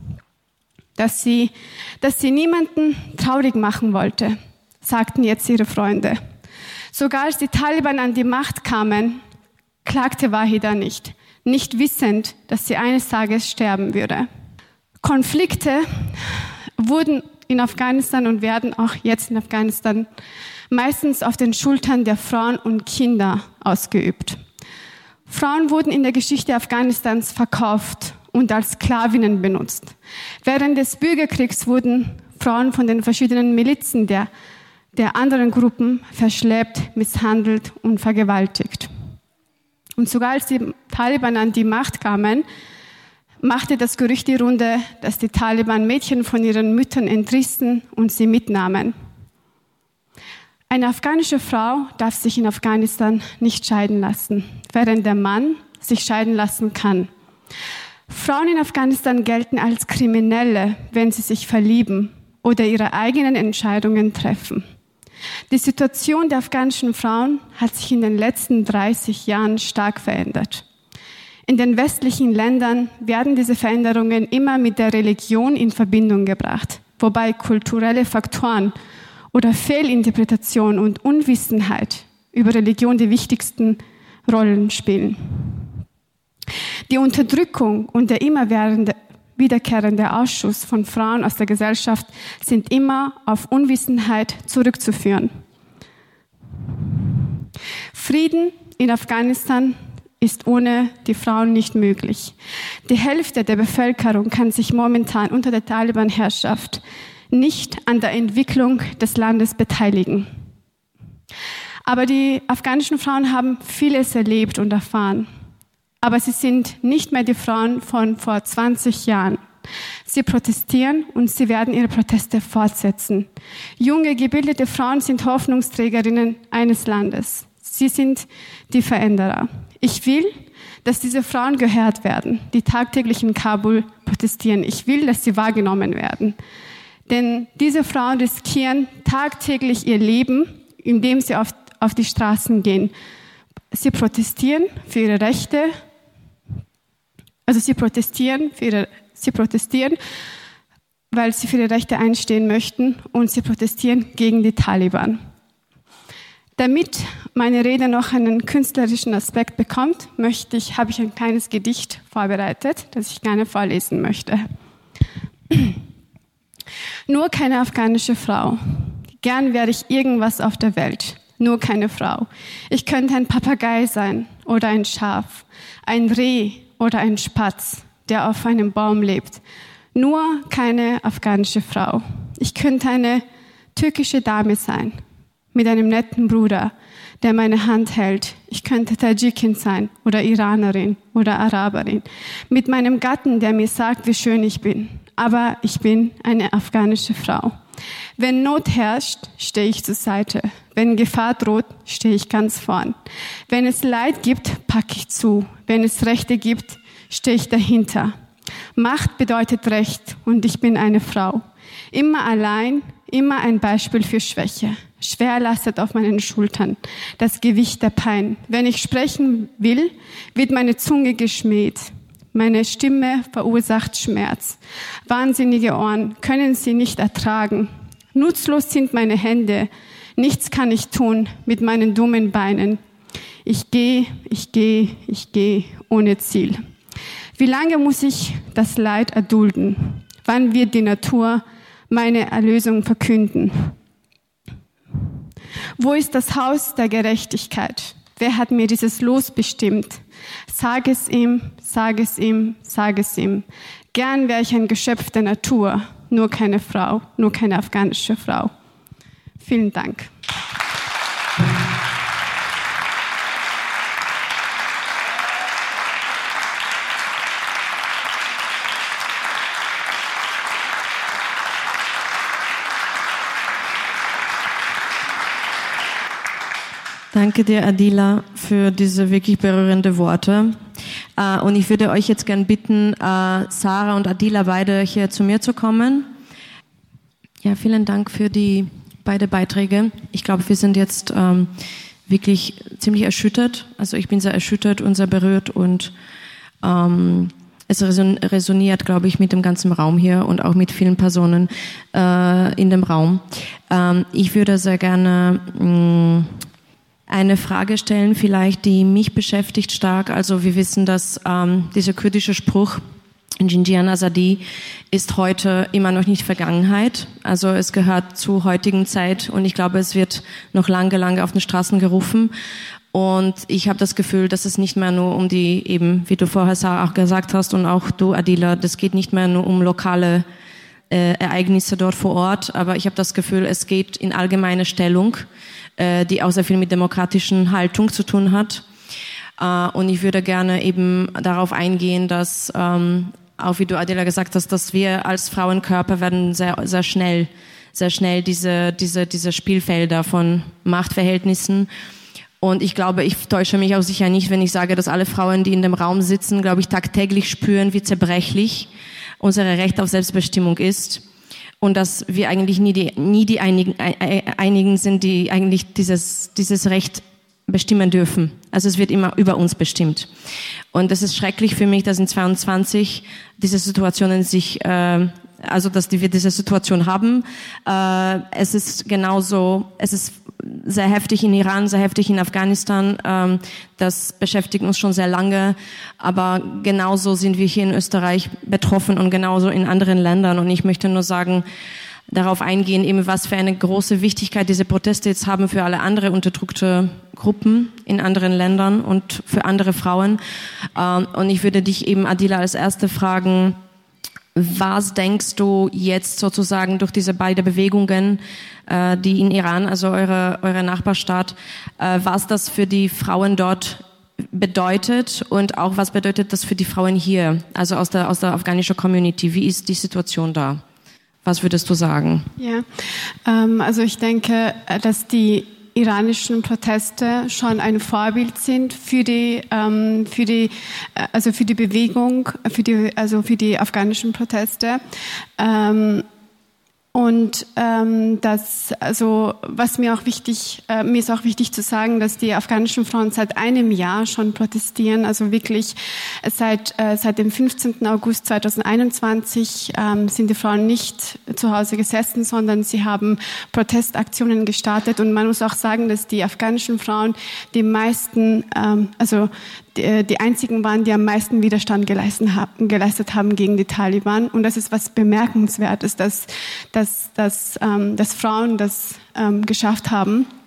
dass sie, dass sie niemanden traurig machen wollte, sagten jetzt ihre Freunde. Sogar als die Taliban an die Macht kamen, klagte Wahida nicht, nicht wissend, dass sie eines Tages sterben würde. Konflikte wurden in Afghanistan und werden auch jetzt in Afghanistan meistens auf den Schultern der Frauen und Kinder ausgeübt. Frauen wurden in der Geschichte Afghanistans verkauft und als Sklavinnen benutzt. Während des Bürgerkriegs wurden Frauen von den verschiedenen Milizen der, der anderen Gruppen verschleppt, misshandelt und vergewaltigt. Und sogar als die Taliban an die Macht kamen, machte das Gerücht die Runde, dass die Taliban Mädchen von ihren Müttern entrissen und sie mitnahmen. Eine afghanische Frau darf sich in Afghanistan nicht scheiden lassen, während der Mann sich scheiden lassen kann. Frauen in Afghanistan gelten als Kriminelle, wenn sie sich verlieben oder ihre eigenen Entscheidungen treffen. Die Situation der afghanischen Frauen hat sich in den letzten dreißig Jahren stark verändert. In den westlichen Ländern werden diese Veränderungen immer mit der Religion in Verbindung gebracht, wobei kulturelle Faktoren oder Fehlinterpretation und Unwissenheit über Religion die wichtigsten Rollen spielen. Die Unterdrückung und der immer wiederkehrende Ausschuss von Frauen aus der Gesellschaft sind immer auf Unwissenheit zurückzuführen. Frieden in Afghanistan ist ohne die Frauen nicht möglich. Die Hälfte der Bevölkerung kann sich momentan unter der Taliban-Herrschaft nicht an der Entwicklung des Landes beteiligen. Aber die afghanischen Frauen haben vieles erlebt und erfahren. Aber sie sind nicht mehr die Frauen von vor zwanzig Jahren. Sie protestieren und sie werden ihre Proteste fortsetzen. Junge, gebildete Frauen sind Hoffnungsträgerinnen eines Landes. Sie sind die Veränderer. Ich will, dass diese Frauen gehört werden, die tagtäglich in Kabul protestieren. Ich will, dass sie wahrgenommen werden. Denn diese Frauen riskieren tagtäglich ihr Leben, indem sie auf, auf die Straßen gehen. Sie protestieren für ihre Rechte, also sie protestieren, für ihre, sie protestieren, weil sie für ihre Rechte einstehen möchten, und sie protestieren gegen die Taliban. Damit meine Rede noch einen künstlerischen Aspekt bekommt, möchte ich, habe ich ein kleines Gedicht vorbereitet, das ich gerne vorlesen möchte. Nur keine afghanische Frau. Gern wäre ich irgendwas auf der Welt. Nur keine Frau. Ich könnte ein Papagei sein oder ein Schaf, ein Reh oder ein Spatz, der auf einem Baum lebt. Nur keine afghanische Frau. Ich könnte eine türkische Dame sein, mit einem netten Bruder, der meine Hand hält. Ich könnte Tadschikin sein oder Iranerin oder Araberin, mit meinem Gatten, der mir sagt, wie schön ich bin. Aber ich bin eine afghanische Frau. Wenn Not herrscht, stehe ich zur Seite. Wenn Gefahr droht, stehe ich ganz vorn. Wenn es Leid gibt, packe ich zu. Wenn es Rechte gibt, stehe ich dahinter. Macht bedeutet Recht und ich bin eine Frau. Immer allein, immer ein Beispiel für Schwäche. Schwer lastet auf meinen Schultern das Gewicht der Pein. Wenn ich sprechen will, wird meine Zunge geschmäht. Meine Stimme verursacht Schmerz. Wahnsinnige Ohren können sie nicht ertragen. Nutzlos sind meine Hände. Nichts kann ich tun mit meinen dummen Beinen. Ich gehe, ich gehe, ich gehe ohne Ziel. Wie lange muss ich das Leid erdulden? Wann wird die Natur meine Erlösung verkünden? Wo ist das Haus der Gerechtigkeit? Wer hat mir dieses Los bestimmt? Sag es ihm, sag es ihm, sag es ihm. Gern wäre ich ein Geschöpf der Natur, nur keine Frau, nur keine afghanische Frau. Vielen Dank. Danke dir, Adila, für diese wirklich berührende Worte. Und ich würde euch jetzt gern bitten, Sarah und Adila beide hier zu mir zu kommen. Ja, vielen Dank für die beide Beiträge. Ich glaube, wir sind jetzt ähm, wirklich ziemlich erschüttert. Also ich bin sehr erschüttert und sehr berührt und ähm, es resoniert, glaube ich, mit dem ganzen Raum hier und auch mit vielen Personen äh, in dem Raum. Ähm, ich würde sehr gerne mh, eine Frage stellen, vielleicht, die mich beschäftigt stark. Also wir wissen, dass ähm, dieser kurdische Spruch Jinjian Azadi ist heute immer noch nicht Vergangenheit. Also es gehört zur heutigen Zeit und ich glaube, es wird noch lange, lange auf den Straßen gerufen. Und ich habe das Gefühl, dass es nicht mehr nur um die, eben wie du vorher auch gesagt hast und auch du, Adila, das geht nicht mehr nur um lokale äh, Ereignisse dort vor Ort, aber ich habe das Gefühl, es geht in allgemeine Stellung, äh, die auch sehr viel mit demokratischen Haltung zu tun hat. Äh, und ich würde gerne eben darauf eingehen, dass ähm, auch wie du, Adila, gesagt hast, dass wir als Frauenkörper werden sehr, sehr schnell, sehr schnell diese, diese, diese Spielfelder von Machtverhältnissen. Und ich glaube, ich täusche mich auch sicher nicht, wenn ich sage, dass alle Frauen, die in dem Raum sitzen, glaube ich, tagtäglich spüren, wie zerbrechlich unsere Recht auf Selbstbestimmung ist. Und dass wir eigentlich nie die, nie die einigen, einigen sind, die eigentlich dieses, dieses Recht bestimmen dürfen. Also es wird immer über uns bestimmt. Und es ist schrecklich für mich, dass in zweiundzwanzig diese Situationen sich, äh, also dass wir diese Situation haben. Äh, es ist genauso, es ist sehr heftig in Iran, sehr heftig in Afghanistan. Ähm, das beschäftigt uns schon sehr lange. Aber genauso sind wir hier in Österreich betroffen und genauso in anderen Ländern. Und ich möchte nur sagen, darauf eingehen, eben was für eine große Wichtigkeit diese Proteste jetzt haben für alle andere unterdrückte Gruppen in anderen Ländern und für andere Frauen. Und ich würde dich eben, Adila, als erste fragen, was denkst du jetzt sozusagen durch diese beiden Bewegungen, die in Iran, also eure, eure Nachbarstaat, was das für die Frauen dort bedeutet und auch was bedeutet das für die Frauen hier, also aus der, aus der afghanischen Community? Wie ist die Situation da? Was würdest du sagen? Ja, ähm, also ich denke, dass die iranischen Proteste schon ein Vorbild sind für die, ähm, für die, also für die Bewegung, für die, also für die afghanischen Proteste. Ähm, Und ähm, das, also was mir auch wichtig, äh, mir ist auch wichtig zu sagen, dass die afghanischen Frauen seit einem Jahr schon protestieren. Also wirklich seit äh, seit dem fünfzehnten August zweitausendeinundzwanzig ähm, sind die Frauen nicht zu Hause gesessen, sondern sie haben Protestaktionen gestartet. Und man muss auch sagen, dass die afghanischen Frauen die meisten, ähm, also die, die einzigen waren, die am meisten Widerstand geleistet haben, geleistet haben gegen die Taliban. Und das ist was Bemerkenswertes, dass dass, dass, ähm, dass Frauen das ähm, geschafft haben.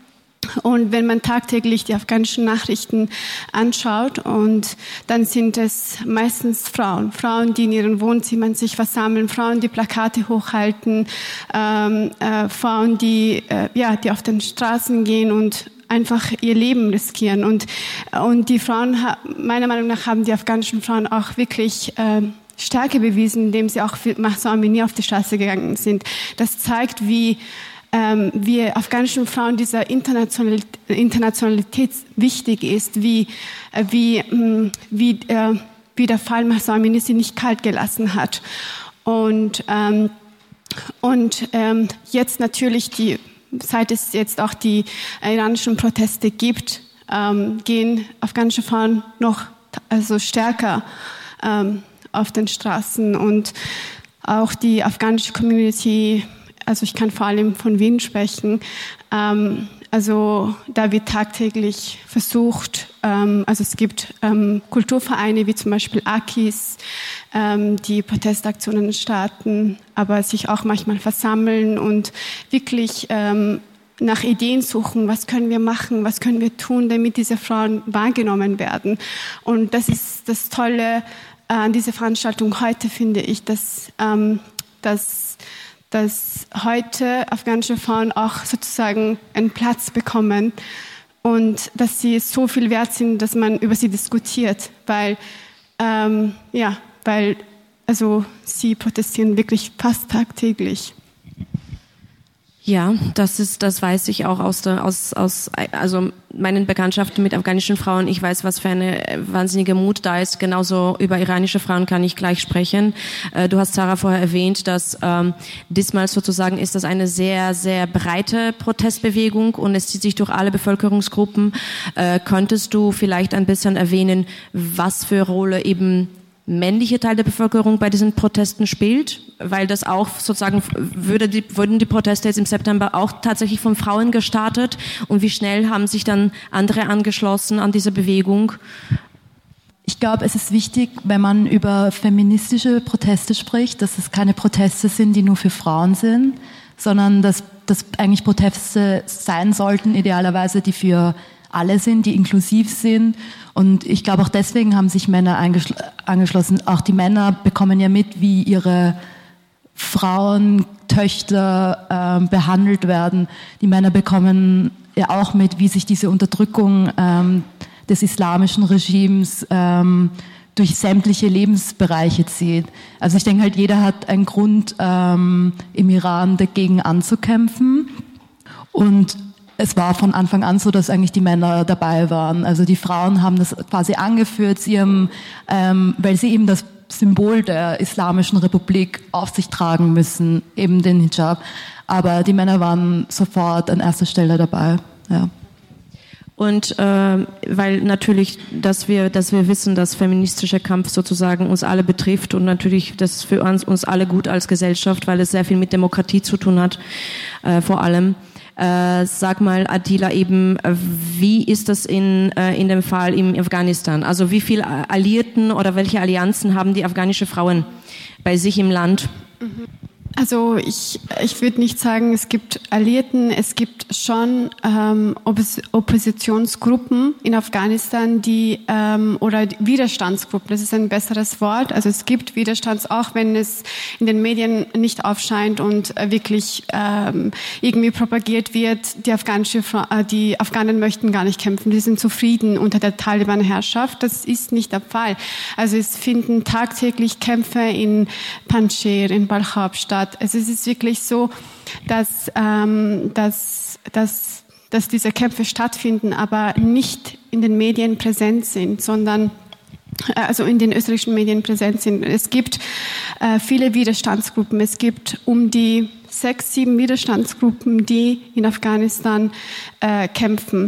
Und wenn man tagtäglich die afghanischen Nachrichten anschaut, und dann sind es meistens Frauen, Frauen, die in ihren Wohnzimmern sich versammeln, Frauen, die Plakate hochhalten, ähm, äh, Frauen, die, äh, ja, die auf den Straßen gehen und einfach ihr Leben riskieren. Und, und die Frauen, meiner Meinung nach, haben die afghanischen Frauen auch wirklich äh, Stärke bewiesen, indem sie auch für Mahsa Amini auf die Straße gegangen sind. Das zeigt, wie Ähm, wie afghanischen Frauen dieser Internationalität, Internationalität wichtig ist, wie, äh, wie, mh, wie, äh, wie der Fall Mahsa Amini sie nicht kalt gelassen hat. Und, ähm, und ähm, jetzt natürlich, die, seit es jetzt auch die iranischen Proteste gibt, ähm, gehen afghanische Frauen noch also stärker ähm, auf den Straßen, und auch die afghanische Community, also ich kann vor allem von Wien sprechen, ähm, also da wird tagtäglich versucht, ähm, also es gibt ähm, Kulturvereine wie zum Beispiel Akis, ähm, die Protestaktionen starten, aber sich auch manchmal versammeln und wirklich ähm, nach Ideen suchen, was können wir machen, was können wir tun, damit diese Frauen wahrgenommen werden. Und das ist das Tolle an dieser Veranstaltung heute, finde ich, dass, ähm, dass dass heute afghanische Frauen auch sozusagen einen Platz bekommen und dass sie so viel wert sind, dass man über sie diskutiert, weil, ähm, ja, weil also sie protestieren wirklich fast tagtäglich. Ja, das ist, das weiß ich auch aus der, aus, aus, also meinen Bekanntschaften mit afghanischen Frauen. Ich weiß, was für eine wahnsinnige Mut da ist. Genauso über iranische Frauen kann ich gleich sprechen. Du hast, Sarah, vorher erwähnt, dass ähm, diesmal sozusagen ist das eine sehr, sehr breite Protestbewegung und es zieht sich durch alle Bevölkerungsgruppen. Äh, könntest du vielleicht ein bisschen erwähnen, was für Rolle eben männliche Teil der Bevölkerung bei diesen Protesten spielt, weil das auch sozusagen, würde die, wurden die Proteste jetzt im September auch tatsächlich von Frauen gestartet, und wie schnell haben sich dann andere angeschlossen an diese Bewegung? Ich glaube, es ist wichtig, wenn man über feministische Proteste spricht, dass es keine Proteste sind, die nur für Frauen sind, sondern dass das eigentlich Proteste sein sollten, idealerweise, die für alle sind, die inklusiv sind. Und ich glaube, auch deswegen haben sich Männer angeschl- angeschlossen. Auch die Männer bekommen ja mit, wie ihre Frauen, Töchter äh, behandelt werden. Die Männer bekommen ja auch mit, wie sich diese Unterdrückung ähm, des islamischen Regimes ähm, durch sämtliche Lebensbereiche zieht. Also ich denke halt, jeder hat einen Grund, ähm, im Iran dagegen anzukämpfen. Und es war von Anfang an so, dass eigentlich die Männer dabei waren. Also die Frauen haben das quasi angeführt, sie haben, ähm, weil sie eben das Symbol der Islamischen Republik auf sich tragen müssen, eben den Hijab. Aber die Männer waren sofort an erster Stelle dabei. Ja. Und äh, weil natürlich, dass wir, dass wir wissen, dass feministischer Kampf sozusagen uns alle betrifft und natürlich das für uns, uns alle gut als Gesellschaft, weil es sehr viel mit Demokratie zu tun hat, äh, vor allem. Äh, sag mal, Adila, eben, wie ist das in, äh, in dem Fall in Afghanistan? Also wie viele Alliierten oder welche Allianzen haben die afghanische Frauen bei sich im Land? Also ich, ich würde nicht sagen, es gibt Alliierten, es gibt schon ähm, Oppos- Oppositionsgruppen in Afghanistan, die ähm, oder Widerstandsgruppen, das ist ein besseres Wort. Also es gibt Widerstands, auch wenn es in den Medien nicht aufscheint und äh, wirklich ähm, irgendwie propagiert wird, die afghanische Fra- äh, die Afghanen möchten gar nicht kämpfen, die sind zufrieden unter der Taliban-Herrschaft. Das ist nicht der Fall. Also es finden tagtäglich Kämpfe in Panjshir, in Balkhab statt. Also es ist wirklich so, dass, ähm, dass, dass, dass diese Kämpfe stattfinden, aber nicht in den Medien präsent sind, sondern also in den österreichischen Medien präsent sind. Es gibt äh, viele Widerstandsgruppen. Es gibt um die sechs, sieben Widerstandsgruppen, die in Afghanistan äh, kämpfen.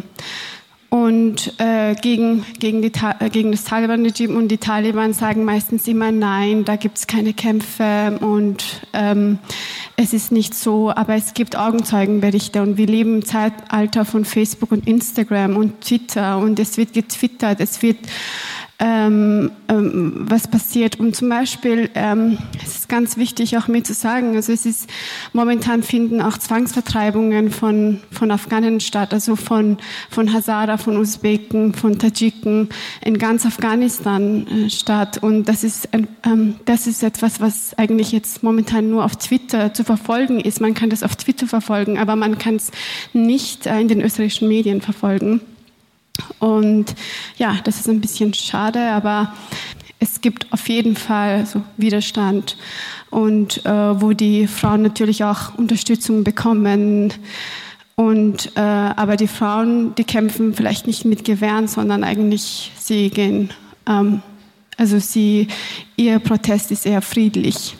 Und äh, gegen, gegen, die, gegen das Taliban-Regime, und die Taliban sagen meistens immer, nein, da gibt es keine Kämpfe und ähm, es ist nicht so, aber es gibt Augenzeugenberichte und wir leben im Zeitalter von Facebook und Instagram und Twitter und es wird getwittert, es wird ähm, ähm, was passiert. Und zum Beispiel, ähm, es ist ganz wichtig auch mir zu sagen, also es ist, momentan finden auch Zwangsvertreibungen von, von Afghanen statt, also von, von Hazara, von Usbeken, von Tadschiken in ganz Afghanistan äh, statt. Und das ist, ein, ähm, das ist etwas, was eigentlich jetzt momentan nur auf Twitter zu verfolgen ist. Man kann das auf Twitter verfolgen, aber man kann es nicht äh, in den österreichischen Medien verfolgen. Und ja, das ist ein bisschen schade, aber es gibt auf jeden Fall so Widerstand und äh, wo die Frauen natürlich auch Unterstützung bekommen. Und äh, aber die Frauen, die kämpfen vielleicht nicht mit Gewehren, sondern eigentlich sie gehen, ähm, also sie, ihr Protest ist eher friedlich.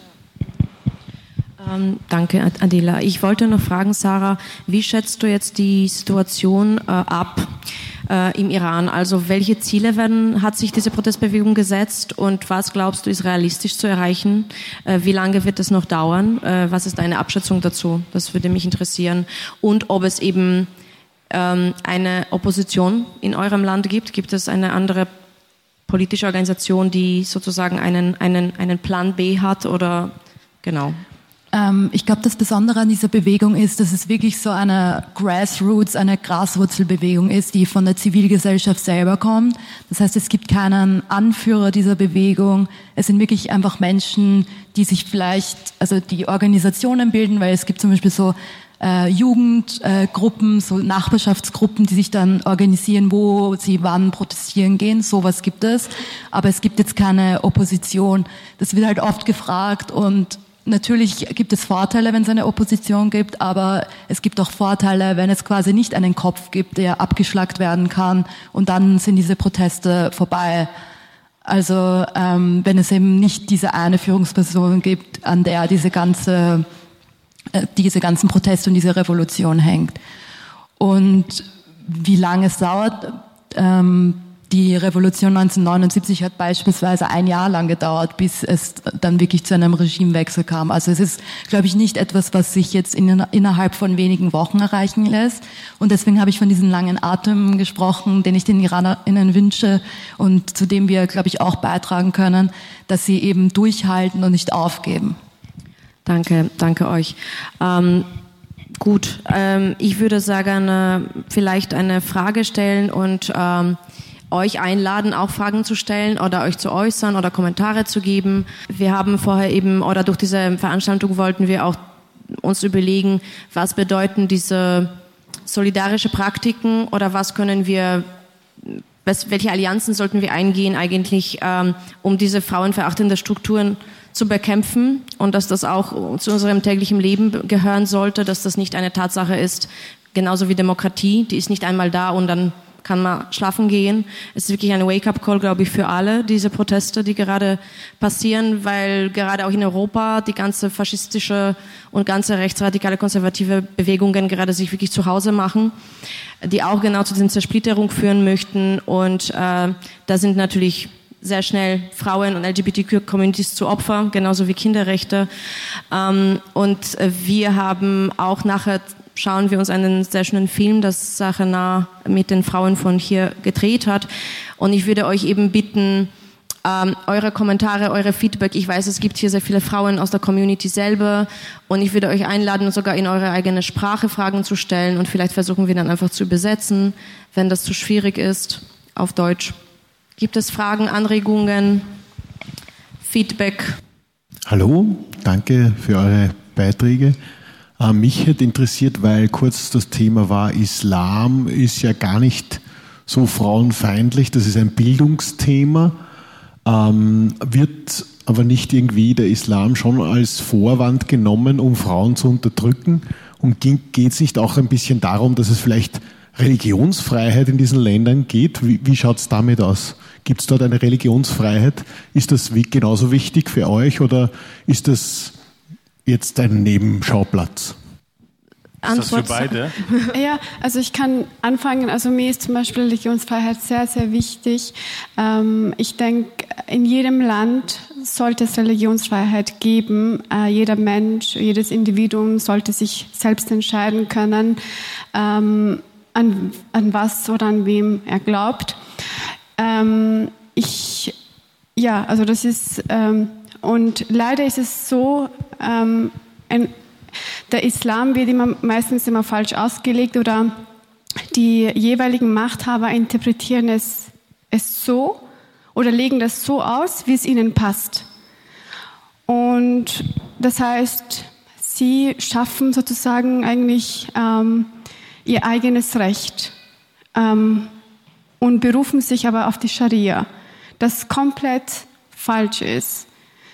Ähm, danke, Adela. Ich wollte noch fragen, Sarah, wie schätzt du jetzt die Situation äh, ab äh, im Iran? Also welche Ziele werden, hat sich diese Protestbewegung gesetzt und was glaubst du ist realistisch zu erreichen? Äh, wie lange wird es noch dauern? Äh, was ist deine Abschätzung dazu? Das würde mich interessieren. Und ob es eben ähm, eine Opposition in eurem Land gibt? Gibt es eine andere politische Organisation, die sozusagen einen, einen, einen Plan B hat oder genau? Ich glaube, das Besondere an dieser Bewegung ist, dass es wirklich so eine Grassroots, eine Graswurzelbewegung ist, die von der Zivilgesellschaft selber kommt. Das heißt, es gibt keinen Anführer dieser Bewegung. Es sind wirklich einfach Menschen, die sich vielleicht, also die Organisationen bilden, weil es gibt zum Beispiel so äh, Jugendgruppen, äh, so Nachbarschaftsgruppen, die sich dann organisieren, wo sie wann protestieren gehen. Sowas gibt es. Aber es gibt jetzt keine Opposition. Das wird halt oft gefragt und natürlich gibt es Vorteile, wenn es eine Opposition gibt, aber es gibt auch Vorteile, wenn es quasi nicht einen Kopf gibt, der abgeschlagt werden kann und dann sind diese Proteste vorbei. Also ähm, wenn es eben nicht diese eine Führungsperson gibt, an der diese ganze, äh, diese ganzen Proteste und diese Revolution hängt. Und wie lange es dauert, ähm, die Revolution neunzehnhundertneunundsiebzig hat beispielsweise ein Jahr lang gedauert, bis es dann wirklich zu einem Regimewechsel kam. Also es ist, glaube ich, nicht etwas, was sich jetzt in, innerhalb von wenigen Wochen erreichen lässt. Und deswegen habe ich von diesem langen Atem gesprochen, den ich den IranerInnen wünsche und zu dem wir, glaube ich, auch beitragen können, dass sie eben durchhalten und nicht aufgeben. Danke, danke euch. Ähm Gut, ähm, ich würde sagen, äh, vielleicht eine Frage stellen und ähm, euch einladen, auch Fragen zu stellen oder euch zu äußern oder Kommentare zu geben. Wir haben vorher eben, oder durch diese Veranstaltung wollten wir auch uns überlegen, was bedeuten diese solidarische Praktiken oder was können wir, welche Allianzen sollten wir eingehen eigentlich, ähm, um diese frauenverachtende Strukturen zu bekämpfen und dass das auch zu unserem täglichen Leben gehören sollte, dass das nicht eine Tatsache ist, genauso wie Demokratie, die ist nicht einmal da und dann kann man schlafen gehen. Es ist wirklich ein Wake-up-Call, glaube ich, für alle, diese Proteste, die gerade passieren, weil gerade auch in Europa die ganze faschistische und ganze rechtsradikale konservative Bewegungen gerade sich wirklich zu Hause machen, die auch genau zu dieser Zersplitterung führen möchten und äh, da sind natürlich sehr schnell Frauen und L G B T Q-Communities zu Opfer, genauso wie Kinderrechte. Ähm, und wir haben auch nachher, schauen wir uns einen sehr schönen Film, das Sachana mit den Frauen von hier gedreht hat. Und ich würde euch eben bitten, ähm, eure Kommentare, eure Feedback. Ich weiß, es gibt hier sehr viele Frauen aus der Community selber. Und ich würde euch einladen, sogar in eure eigene Sprache Fragen zu stellen. Und vielleicht versuchen wir dann einfach zu übersetzen, wenn das zu schwierig ist, auf Deutsch. Gibt es Fragen, Anregungen, Feedback? Hallo, danke für eure Beiträge. Äh, mich hätte interessiert, weil kurz das Thema war, Islam ist ja gar nicht so frauenfeindlich, das ist ein Bildungsthema, ähm, wird aber nicht irgendwie der Islam schon als Vorwand genommen, um Frauen zu unterdrücken? Und geht es nicht auch ein bisschen darum, dass es vielleicht Religionsfreiheit in diesen Ländern geht? Wie, wie schaut es damit aus? Gibt es dort eine Religionsfreiheit? Ist das genauso wichtig für euch oder ist das jetzt ein Nebenschauplatz? Ist das für beide? Ja, also ich kann anfangen. Also mir ist zum Beispiel Religionsfreiheit sehr, sehr wichtig. Ähm, ich denke, in jedem Land sollte es Religionsfreiheit geben. Äh, jeder Mensch, jedes Individuum sollte sich selbst entscheiden können, ähm, an, an was oder an wem er glaubt. Ähm, ich, ja, also das ist, ähm, und leider ist es so, ähm, ein, der Islam wird immer, meistens immer falsch ausgelegt oder die jeweiligen Machthaber interpretieren es, es so oder legen das so aus, wie es ihnen passt. Und das heißt, sie schaffen sozusagen eigentlich ähm, ihr eigenes Recht ähm, und berufen sich aber auf die Scharia, das komplett falsch ist.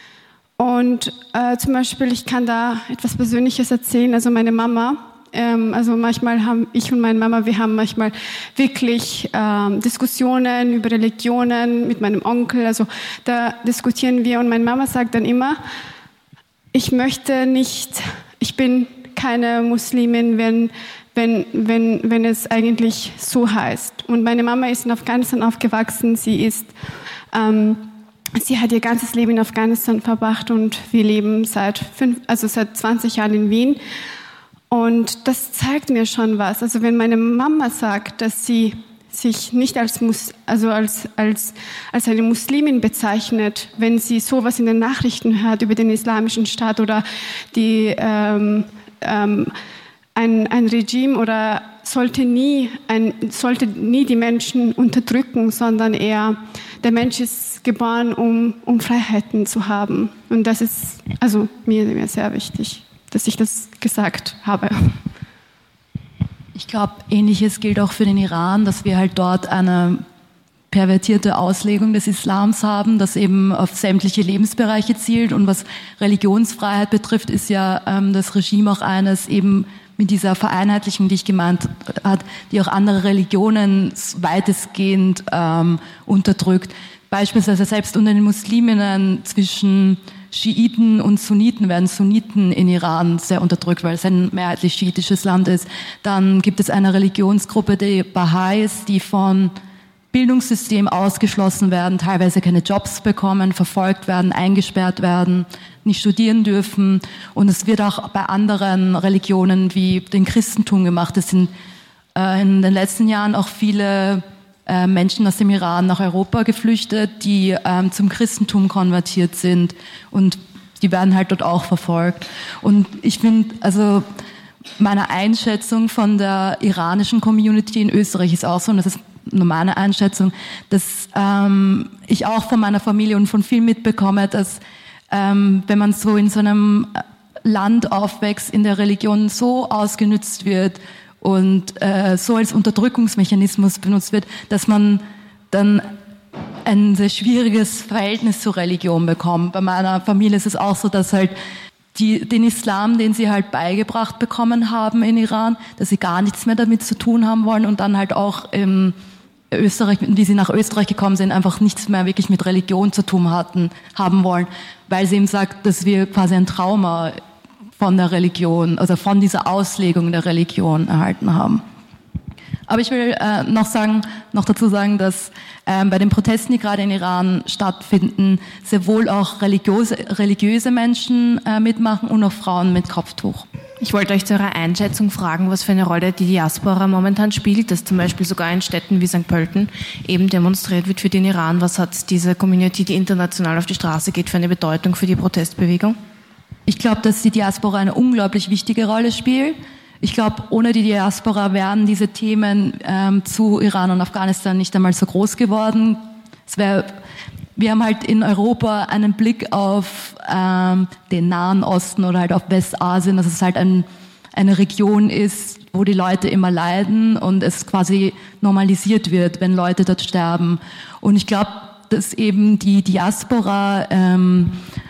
Und äh, zum Beispiel, ich kann da etwas Persönliches erzählen, also meine Mama, ähm, also manchmal haben ich und meine Mama, wir haben manchmal wirklich ähm, Diskussionen über Religionen mit meinem Onkel, also da diskutieren wir und meine Mama sagt dann immer, ich möchte nicht, ich bin keine Muslimin, wenn, wenn, wenn, wenn es eigentlich so heißt. Und meine Mama ist in Afghanistan aufgewachsen, sie ist, ähm, sie hat ihr ganzes Leben in Afghanistan verbracht und wir leben seit fünf, also seit zwanzig Jahren in Wien. Und das zeigt mir schon was. Also wenn meine Mama sagt, dass sie sich nicht als, Mus- also als, als, als eine Muslimin bezeichnet, wenn sie sowas in den Nachrichten hört über den Islamischen Staat oder die, ähm, ähm, ein, ein Regime oder sollte nie, ein, sollte nie die Menschen unterdrücken, sondern eher der Mensch ist geboren, um, um Freiheiten zu haben. Und das ist also mir, mir sehr wichtig, dass ich das gesagt habe. Ich glaube, Ähnliches gilt auch für den Iran, dass wir halt dort eine pervertierte Auslegung des Islams haben, das eben auf sämtliche Lebensbereiche zielt. Und was Religionsfreiheit betrifft, ist ja ähm, das Regime auch eines eben mit dieser Vereinheitlichung, die ich gemeint hat, die auch andere Religionen weitestgehend ähm, unterdrückt. Beispielsweise selbst unter den Musliminnen zwischen Schiiten und Sunniten werden Sunniten in Iran sehr unterdrückt, weil es ein mehrheitlich schiitisches Land ist. Dann gibt es eine Religionsgruppe, die Baha'is, die von Bildungssystem ausgeschlossen werden, teilweise keine Jobs bekommen, verfolgt werden, eingesperrt werden, nicht studieren dürfen. Und es wird auch bei anderen Religionen wie dem Christentum gemacht. Es sind äh, in den letzten Jahren auch viele äh, Menschen aus dem Iran nach Europa geflüchtet, die ähm, zum Christentum konvertiert sind. Und die werden halt dort auch verfolgt. Und ich finde, also meine Einschätzung von der iranischen Community in Österreich ist auch so, und das ist nur meine Einschätzung, dass ähm, ich auch von meiner Familie und von vielen mitbekomme, dass ähm, wenn man so in so einem Land aufwächst, in der Religion so ausgenützt wird und äh, so als Unterdrückungsmechanismus benutzt wird, dass man dann ein sehr schwieriges Verhältnis zur Religion bekommt. Bei meiner Familie ist es auch so, dass halt die, den Islam, den sie halt beigebracht bekommen haben in Iran, dass sie gar nichts mehr damit zu tun haben wollen und dann halt auch in Österreich, wie sie nach Österreich gekommen sind, einfach nichts mehr wirklich mit Religion zu tun hatten, haben wollen, weil sie eben sagt, dass wir quasi ein Trauma von der Religion, also von dieser Auslegung der Religion erhalten haben. Aber ich will äh, noch sagen, noch dazu sagen, dass ähm, bei den Protesten, die gerade in Iran stattfinden, sehr wohl auch religiöse, religiöse Menschen äh, mitmachen und auch Frauen mit Kopftuch. Ich wollte euch zu eurer Einschätzung fragen, was für eine Rolle die Diaspora momentan spielt, dass zum Beispiel sogar in Städten wie Sankt Pölten eben demonstriert wird für den Iran. Was hat diese Community, die international auf die Straße geht, für eine Bedeutung für die Protestbewegung? Ich glaube, dass die Diaspora eine unglaublich wichtige Rolle spielt. Ich glaube, ohne die Diaspora wären diese Themen ähm, zu Iran und Afghanistan nicht einmal so groß geworden. Es wäre, wir haben halt in Europa einen Blick auf ähm, den Nahen Osten oder halt auf Westasien, dass es halt ein, eine Region ist, wo die Leute immer leiden und es quasi normalisiert wird, wenn Leute dort sterben. Und ich glaube, dass eben die Diaspora ähm,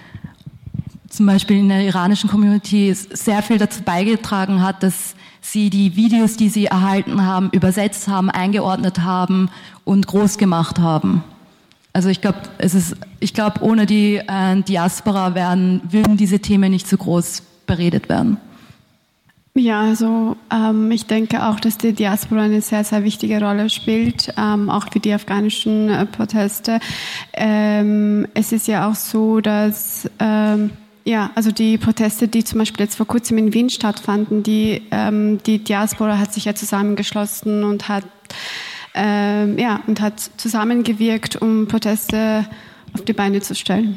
zum Beispiel in der iranischen Community sehr viel dazu beigetragen hat, dass sie die Videos, die sie erhalten haben, übersetzt haben, eingeordnet haben und groß gemacht haben. Also ich glaube, es ist, ich glaube, ohne die äh, Diaspora wären, würden diese Themen nicht so groß beredet werden. Ja, also ähm, ich denke auch, dass die Diaspora eine sehr, sehr wichtige Rolle spielt, ähm, auch für die afghanischen äh, Proteste. Ähm, es ist ja auch so, dass ähm, ja, also die Proteste, die zum Beispiel jetzt vor kurzem in Wien stattfanden, die, ähm, die Diaspora hat sich ja zusammengeschlossen und hat ähm, ja, und hat zusammengewirkt, um Proteste auf die Beine zu stellen.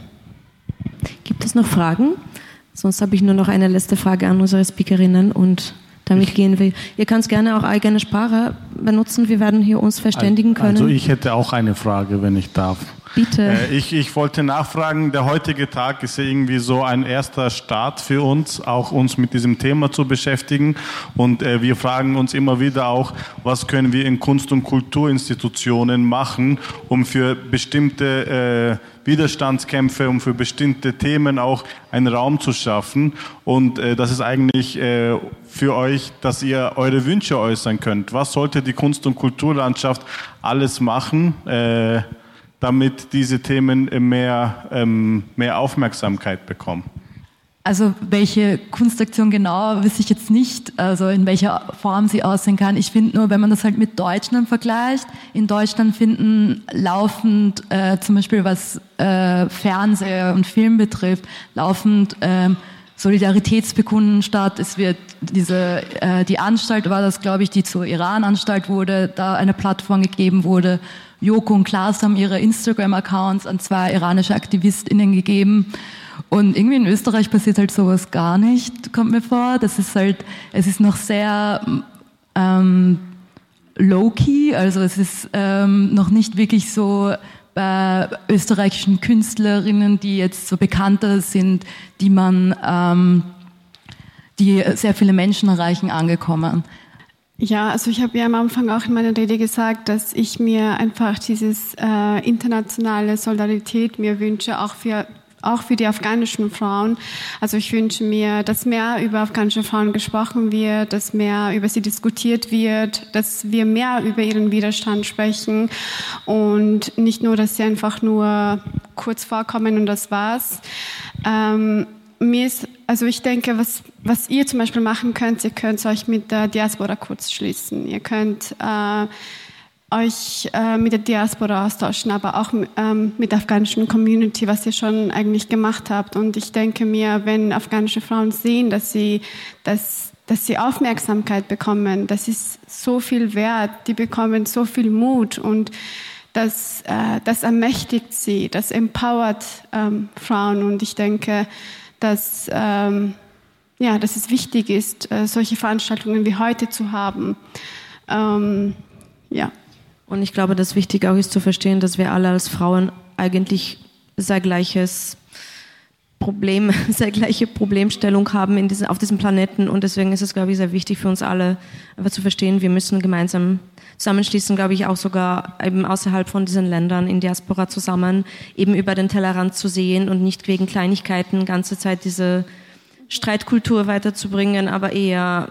Gibt es noch Fragen? Sonst habe ich nur noch eine letzte Frage an unsere Speakerinnen und damit ich, gehen wir. Ihr könnt gerne auch eigene Sprache benutzen. Wir werden hier uns verständigen können. Also ich hätte auch eine Frage, wenn ich darf. Bitte. Äh, ich, ich wollte nachfragen, der heutige Tag ist ja irgendwie so ein erster Start für uns, auch uns mit diesem Thema zu beschäftigen. Und äh, wir fragen uns immer wieder auch, was können wir in Kunst- und Kulturinstitutionen machen, um für bestimmte äh, Widerstandskämpfe, um für bestimmte Themen auch einen Raum zu schaffen. Und äh, das ist eigentlich äh, für euch, dass ihr eure Wünsche äußern könnt. Was sollte die Kunst- und Kulturlandschaft alles machen, äh, damit diese Themen mehr, ähm, mehr Aufmerksamkeit bekommen? Also welche Kunstaktion genau, weiß ich jetzt nicht, also in welcher Form sie aussehen kann. Ich finde nur, wenn man das halt mit Deutschland vergleicht, in Deutschland finden laufend, äh, zum Beispiel was äh, Fernseh und Film betrifft, laufend äh, Solidaritätsbekunden statt. Es wird diese, äh, die Anstalt war das, glaube ich, die zur Iran-Anstalt wurde, da eine Plattform gegeben wurde. Joko und Klaas haben ihre Instagram-Accounts an zwei iranische AktivistInnen gegeben. Und irgendwie in Österreich passiert halt sowas gar nicht, kommt mir vor. Das ist halt, es ist noch sehr ähm, low-key, also es ist ähm, noch nicht wirklich so bei österreichischen Künstlerinnen, die jetzt so bekannter sind, die man, ähm, die sehr viele Menschen erreichen, angekommen. Ja, also ich habe ja am Anfang auch in meiner Rede gesagt, dass ich mir einfach dieses äh, internationale Solidarität mir wünsche, auch für auch für die afghanischen Frauen. Also ich wünsche mir, dass mehr über afghanische Frauen gesprochen wird, dass mehr über sie diskutiert wird, dass wir mehr über ihren Widerstand sprechen und nicht nur, dass sie einfach nur kurz vorkommen und das war's. Ähm, mir ist, also ich denke, was, was ihr zum Beispiel machen könnt, ihr könnt euch mit der Diaspora kurz schließen. Ihr könnt äh, euch äh, mit der Diaspora austauschen, aber auch ähm, mit der afghanischen Community, was ihr schon eigentlich gemacht habt. Und ich denke mir, wenn afghanische Frauen sehen, dass sie, dass, dass sie Aufmerksamkeit bekommen, das ist so viel wert, die bekommen so viel Mut und das, äh, das ermächtigt sie, das empowert ähm, Frauen. Und ich denke, dass, ähm, ja, dass es wichtig ist, äh, solche Veranstaltungen wie heute zu haben. Ähm, ja. Und ich glaube, das Wichtige auch ist zu verstehen, dass wir alle als Frauen eigentlich sehr gleiches Problem, sehr gleiche Problemstellung haben in diesem, auf diesem Planeten. Und deswegen ist es, glaube ich, sehr wichtig für uns alle, einfach zu verstehen, wir müssen gemeinsam zusammenschließen, glaube ich, auch sogar eben außerhalb von diesen Ländern in Diaspora zusammen, eben über den Tellerrand zu sehen und nicht wegen Kleinigkeiten ganze Zeit diese Streitkultur weiterzubringen, aber eher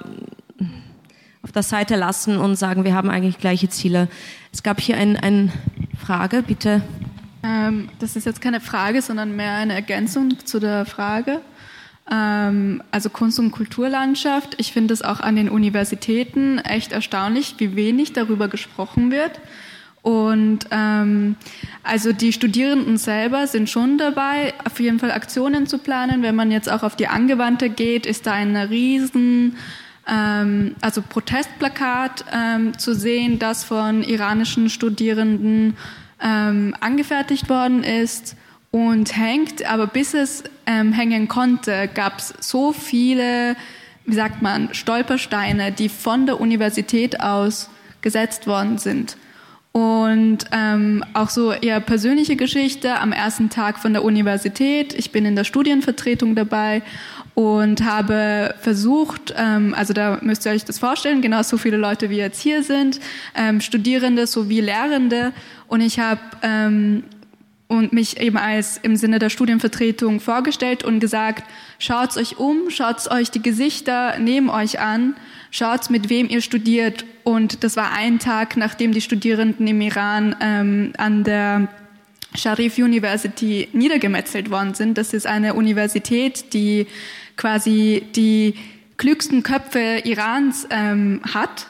auf der Seite lassen und sagen, wir haben eigentlich gleiche Ziele. Es gab hier eine ein Frage, bitte. Ähm, das ist jetzt keine Frage, sondern mehr eine Ergänzung zu der Frage. Ähm, also Kunst- und Kulturlandschaft. Ich finde es auch an den Universitäten echt erstaunlich, wie wenig darüber gesprochen wird. Und ähm, also die Studierenden selber sind schon dabei, auf jeden Fall Aktionen zu planen. Wenn man jetzt auch auf die Angewandte geht, ist da eine riesen Ähm, also Protestplakat ähm, zu sehen, das von iranischen Studierenden ähm, angefertigt worden ist und hängt. Aber bis es ähm, hängen konnte, gab es so viele, wie sagt man, Stolpersteine, die von der Universität aus gesetzt worden sind. Und ähm, auch so eher persönliche Geschichte am ersten Tag von der Universität. Ich bin in der Studienvertretung dabei und habe versucht, ähm, also da müsst ihr euch das vorstellen, genau so viele Leute wie jetzt hier sind, ähm, Studierende sowie Lehrende. Und ich habe ähm, und mich eben als im Sinne der Studienvertretung vorgestellt und gesagt, schaut's euch um, schaut's euch die Gesichter neben euch an, schaut's, mit wem ihr studiert. Und das war ein Tag, nachdem die Studierenden im Iran ähm, an der Sharif University niedergemetzelt worden sind. Das ist eine Universität, die quasi die klügsten Köpfe Irans ähm, hat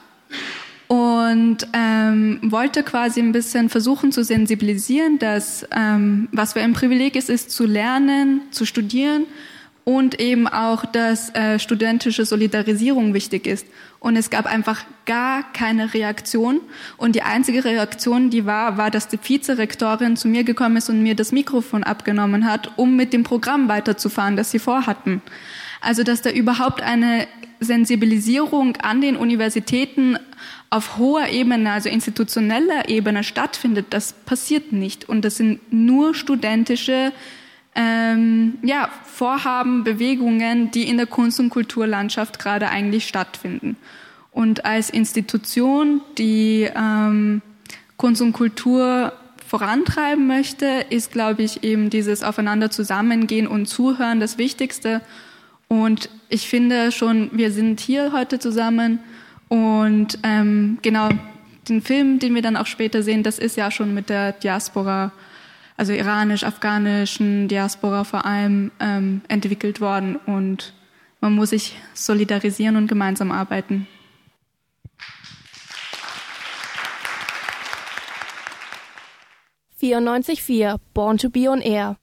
und ähm, wollte quasi ein bisschen versuchen zu sensibilisieren, dass ähm, was für ein Privileg es ist, zu lernen, zu studieren und eben auch, dass äh, studentische Solidarisierung wichtig ist. Und es gab einfach gar keine Reaktion. Und die einzige Reaktion, die war, war, dass die Vizerektorin zu mir gekommen ist und mir das Mikrofon abgenommen hat, um mit dem Programm weiterzufahren, das sie vorhatten. Also, dass da überhaupt eine Sensibilisierung an den Universitäten auf hoher Ebene, also institutioneller Ebene stattfindet, das passiert nicht. Und das sind nur studentische Ähm, ja, Vorhaben, Bewegungen, die in der Kunst- und Kulturlandschaft gerade eigentlich stattfinden. Und als Institution, die ähm, Kunst und Kultur vorantreiben möchte, ist, glaube ich, eben dieses Aufeinander zusammengehen und Zuhören das Wichtigste. Und ich finde schon, wir sind hier heute zusammen und ähm, genau den Film, den wir dann auch später sehen, das ist ja schon mit der Diaspora, also iranisch-afghanischen Diaspora vor allem, ähm, entwickelt worden. Und man muss sich solidarisieren und gemeinsam arbeiten. vierundneunzig Komma vier Born to be on Air.